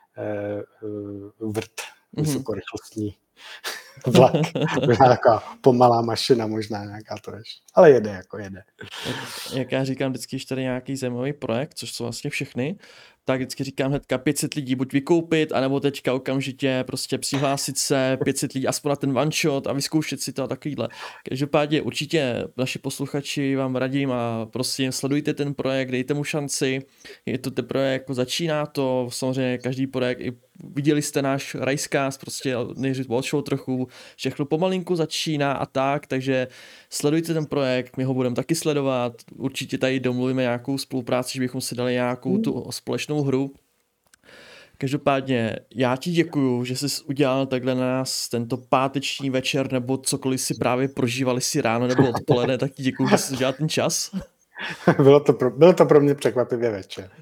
vrt vysokorychlostní vlak. Nějaká pomalá mašina možná, nějaká to ještě. Ale jede. Jak já říkám vždycky, když tady nějaký zajímavý projekt, což jsou vlastně všechny, tak vždycky říkám hnedka 500 lidí buď vykoupit, anebo teďka okamžitě prostě přihlásit se 500 lidí aspoň na ten one shot a vyzkoušet si to a takovýhle. Každopádně určitě naši posluchači vám radím a prosím sledujte ten projekt, dejte mu šanci, je to teprve jako začíná to, samozřejmě každý projekt, i viděli jste náš Ricecast, prostě nejdřív show trochu, všechno pomalinku začíná a tak, takže sledujte ten projekt, my ho budeme taky sledovat, určitě tady domluvíme nějakou spolupráci, že bychom si dali nějakou tu společnou hru. Každopádně já ti děkuju, že jsi udělal takhle na nás tento páteční večer, nebo cokoliv si právě prožívali si ráno nebo odpoledne, tak ti děkuju, že jsi udělal ten čas. Bylo to pro mě překvapivě večer.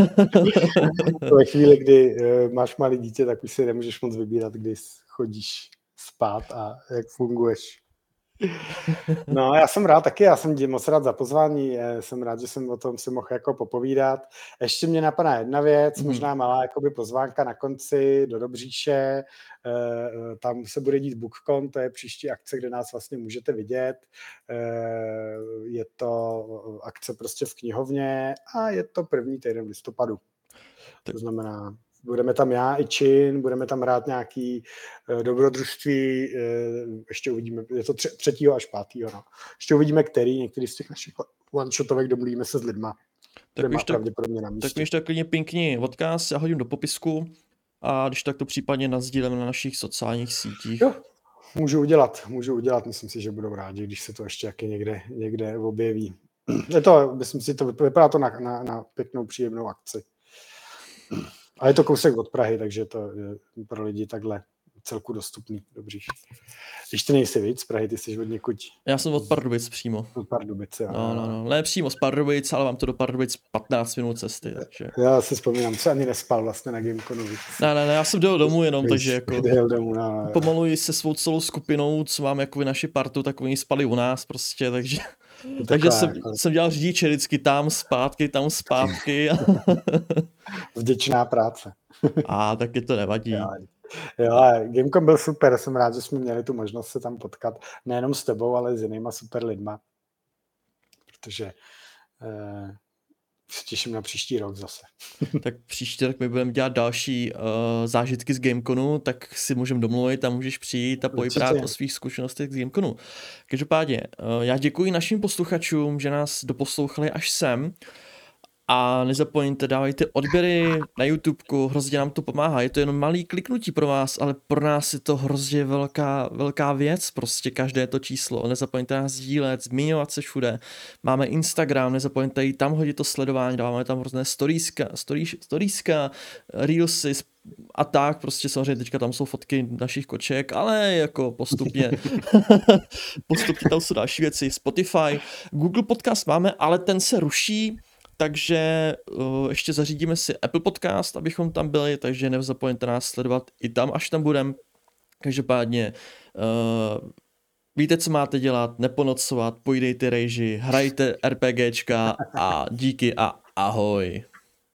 Ve chvíli, kdy máš malé dítě, tak už si nemůžeš moc vybírat, kdy chodíš spát a jak funguješ. No, já jsem rád taky, já jsem moc rád za pozvání, jsem rád, že jsem o tom si mohl jako popovídat. Ještě mě napadá jedna věc, možná malá jakoby pozvánka na konci do Dobříše, tam se bude dít BookCon, to je příští akce, kde nás vlastně můžete vidět. Je to akce prostě v knihovně a je to první týden v listopadu. To znamená, budeme tam já i Čin, budeme tam hrát nějaký dobrodružství, ještě uvidíme, je to 3. až 5. No. Ještě uvidíme, některý z těch našich one-shotovek domluvíme se s lidma, tak má pravděpodobně na místě. Tak mi ještě klidně pinkni odkaz, já hodím do popisku a když tak to případně nasdíleme na našich sociálních sítích. Jo, můžu udělat, myslím si, že budou rádi, když se to ještě někde objeví. Myslím si, to vypadá to na pěknou, příjemnou akci. A je to kousek od Prahy, takže to je pro lidi takhle celku dostupný. Dobře. Když ty nejsi víc z Prahy, ty jsi od někud. Já jsem od Pardubic přímo. Od Pardubic, jo. No. Ne přímo z Pardubic, ale mám to do Pardubic 15 minut cesty. Takže. Já si vzpomínám, co ani nespal vlastně na Gameconu. Ne, já jsem dojel domů jenom, takže jako no. Pomalu se svou celou skupinou, co mám jako naši partu, tak oni spali u nás prostě, takže... Takže jsem dělal řidiče vždycky tam zpátky. Vděčná práce. A taky to nevadí. Jo, Gamecom byl super, jsem rád, že jsme měli tu možnost se tam potkat, nejenom s tebou, ale s jinýma super lidma, protože se těším na příští rok zase. Tak příští rok my budeme dělat další zážitky z Gameconu, tak si můžeme domluvit a můžeš přijít a povyprávět o svých zkušenostech z Gameconu. Každopádně, já děkuji našim posluchačům, že nás doposlouchali až sem. A nezapomeňte, dávajte odběry na YouTubeku, hrozně nám to pomáhá. Je to jenom malý kliknutí pro vás, ale pro nás je to hrozně velká věc, prostě každé to číslo. Nezapomeňte nás sdílet, zmiňovat se všude. Máme Instagram, nezapomeňte i tam hodit to sledování, dáváme tam hrozné storieska, reelsy a tak, prostě samozřejmě teďka tam jsou fotky našich koček, ale jako postupně tam jsou další věci. Spotify, Google Podcast máme, ale ten se ruší, takže ještě zařídíme si Apple Podcast, abychom tam byli, takže nezapomeňte nás sledovat i tam, až tam budeme. Každopádně víte, co máte dělat, neponocovat, pojdejte rejži, hrajte RPGčka a díky a ahoj.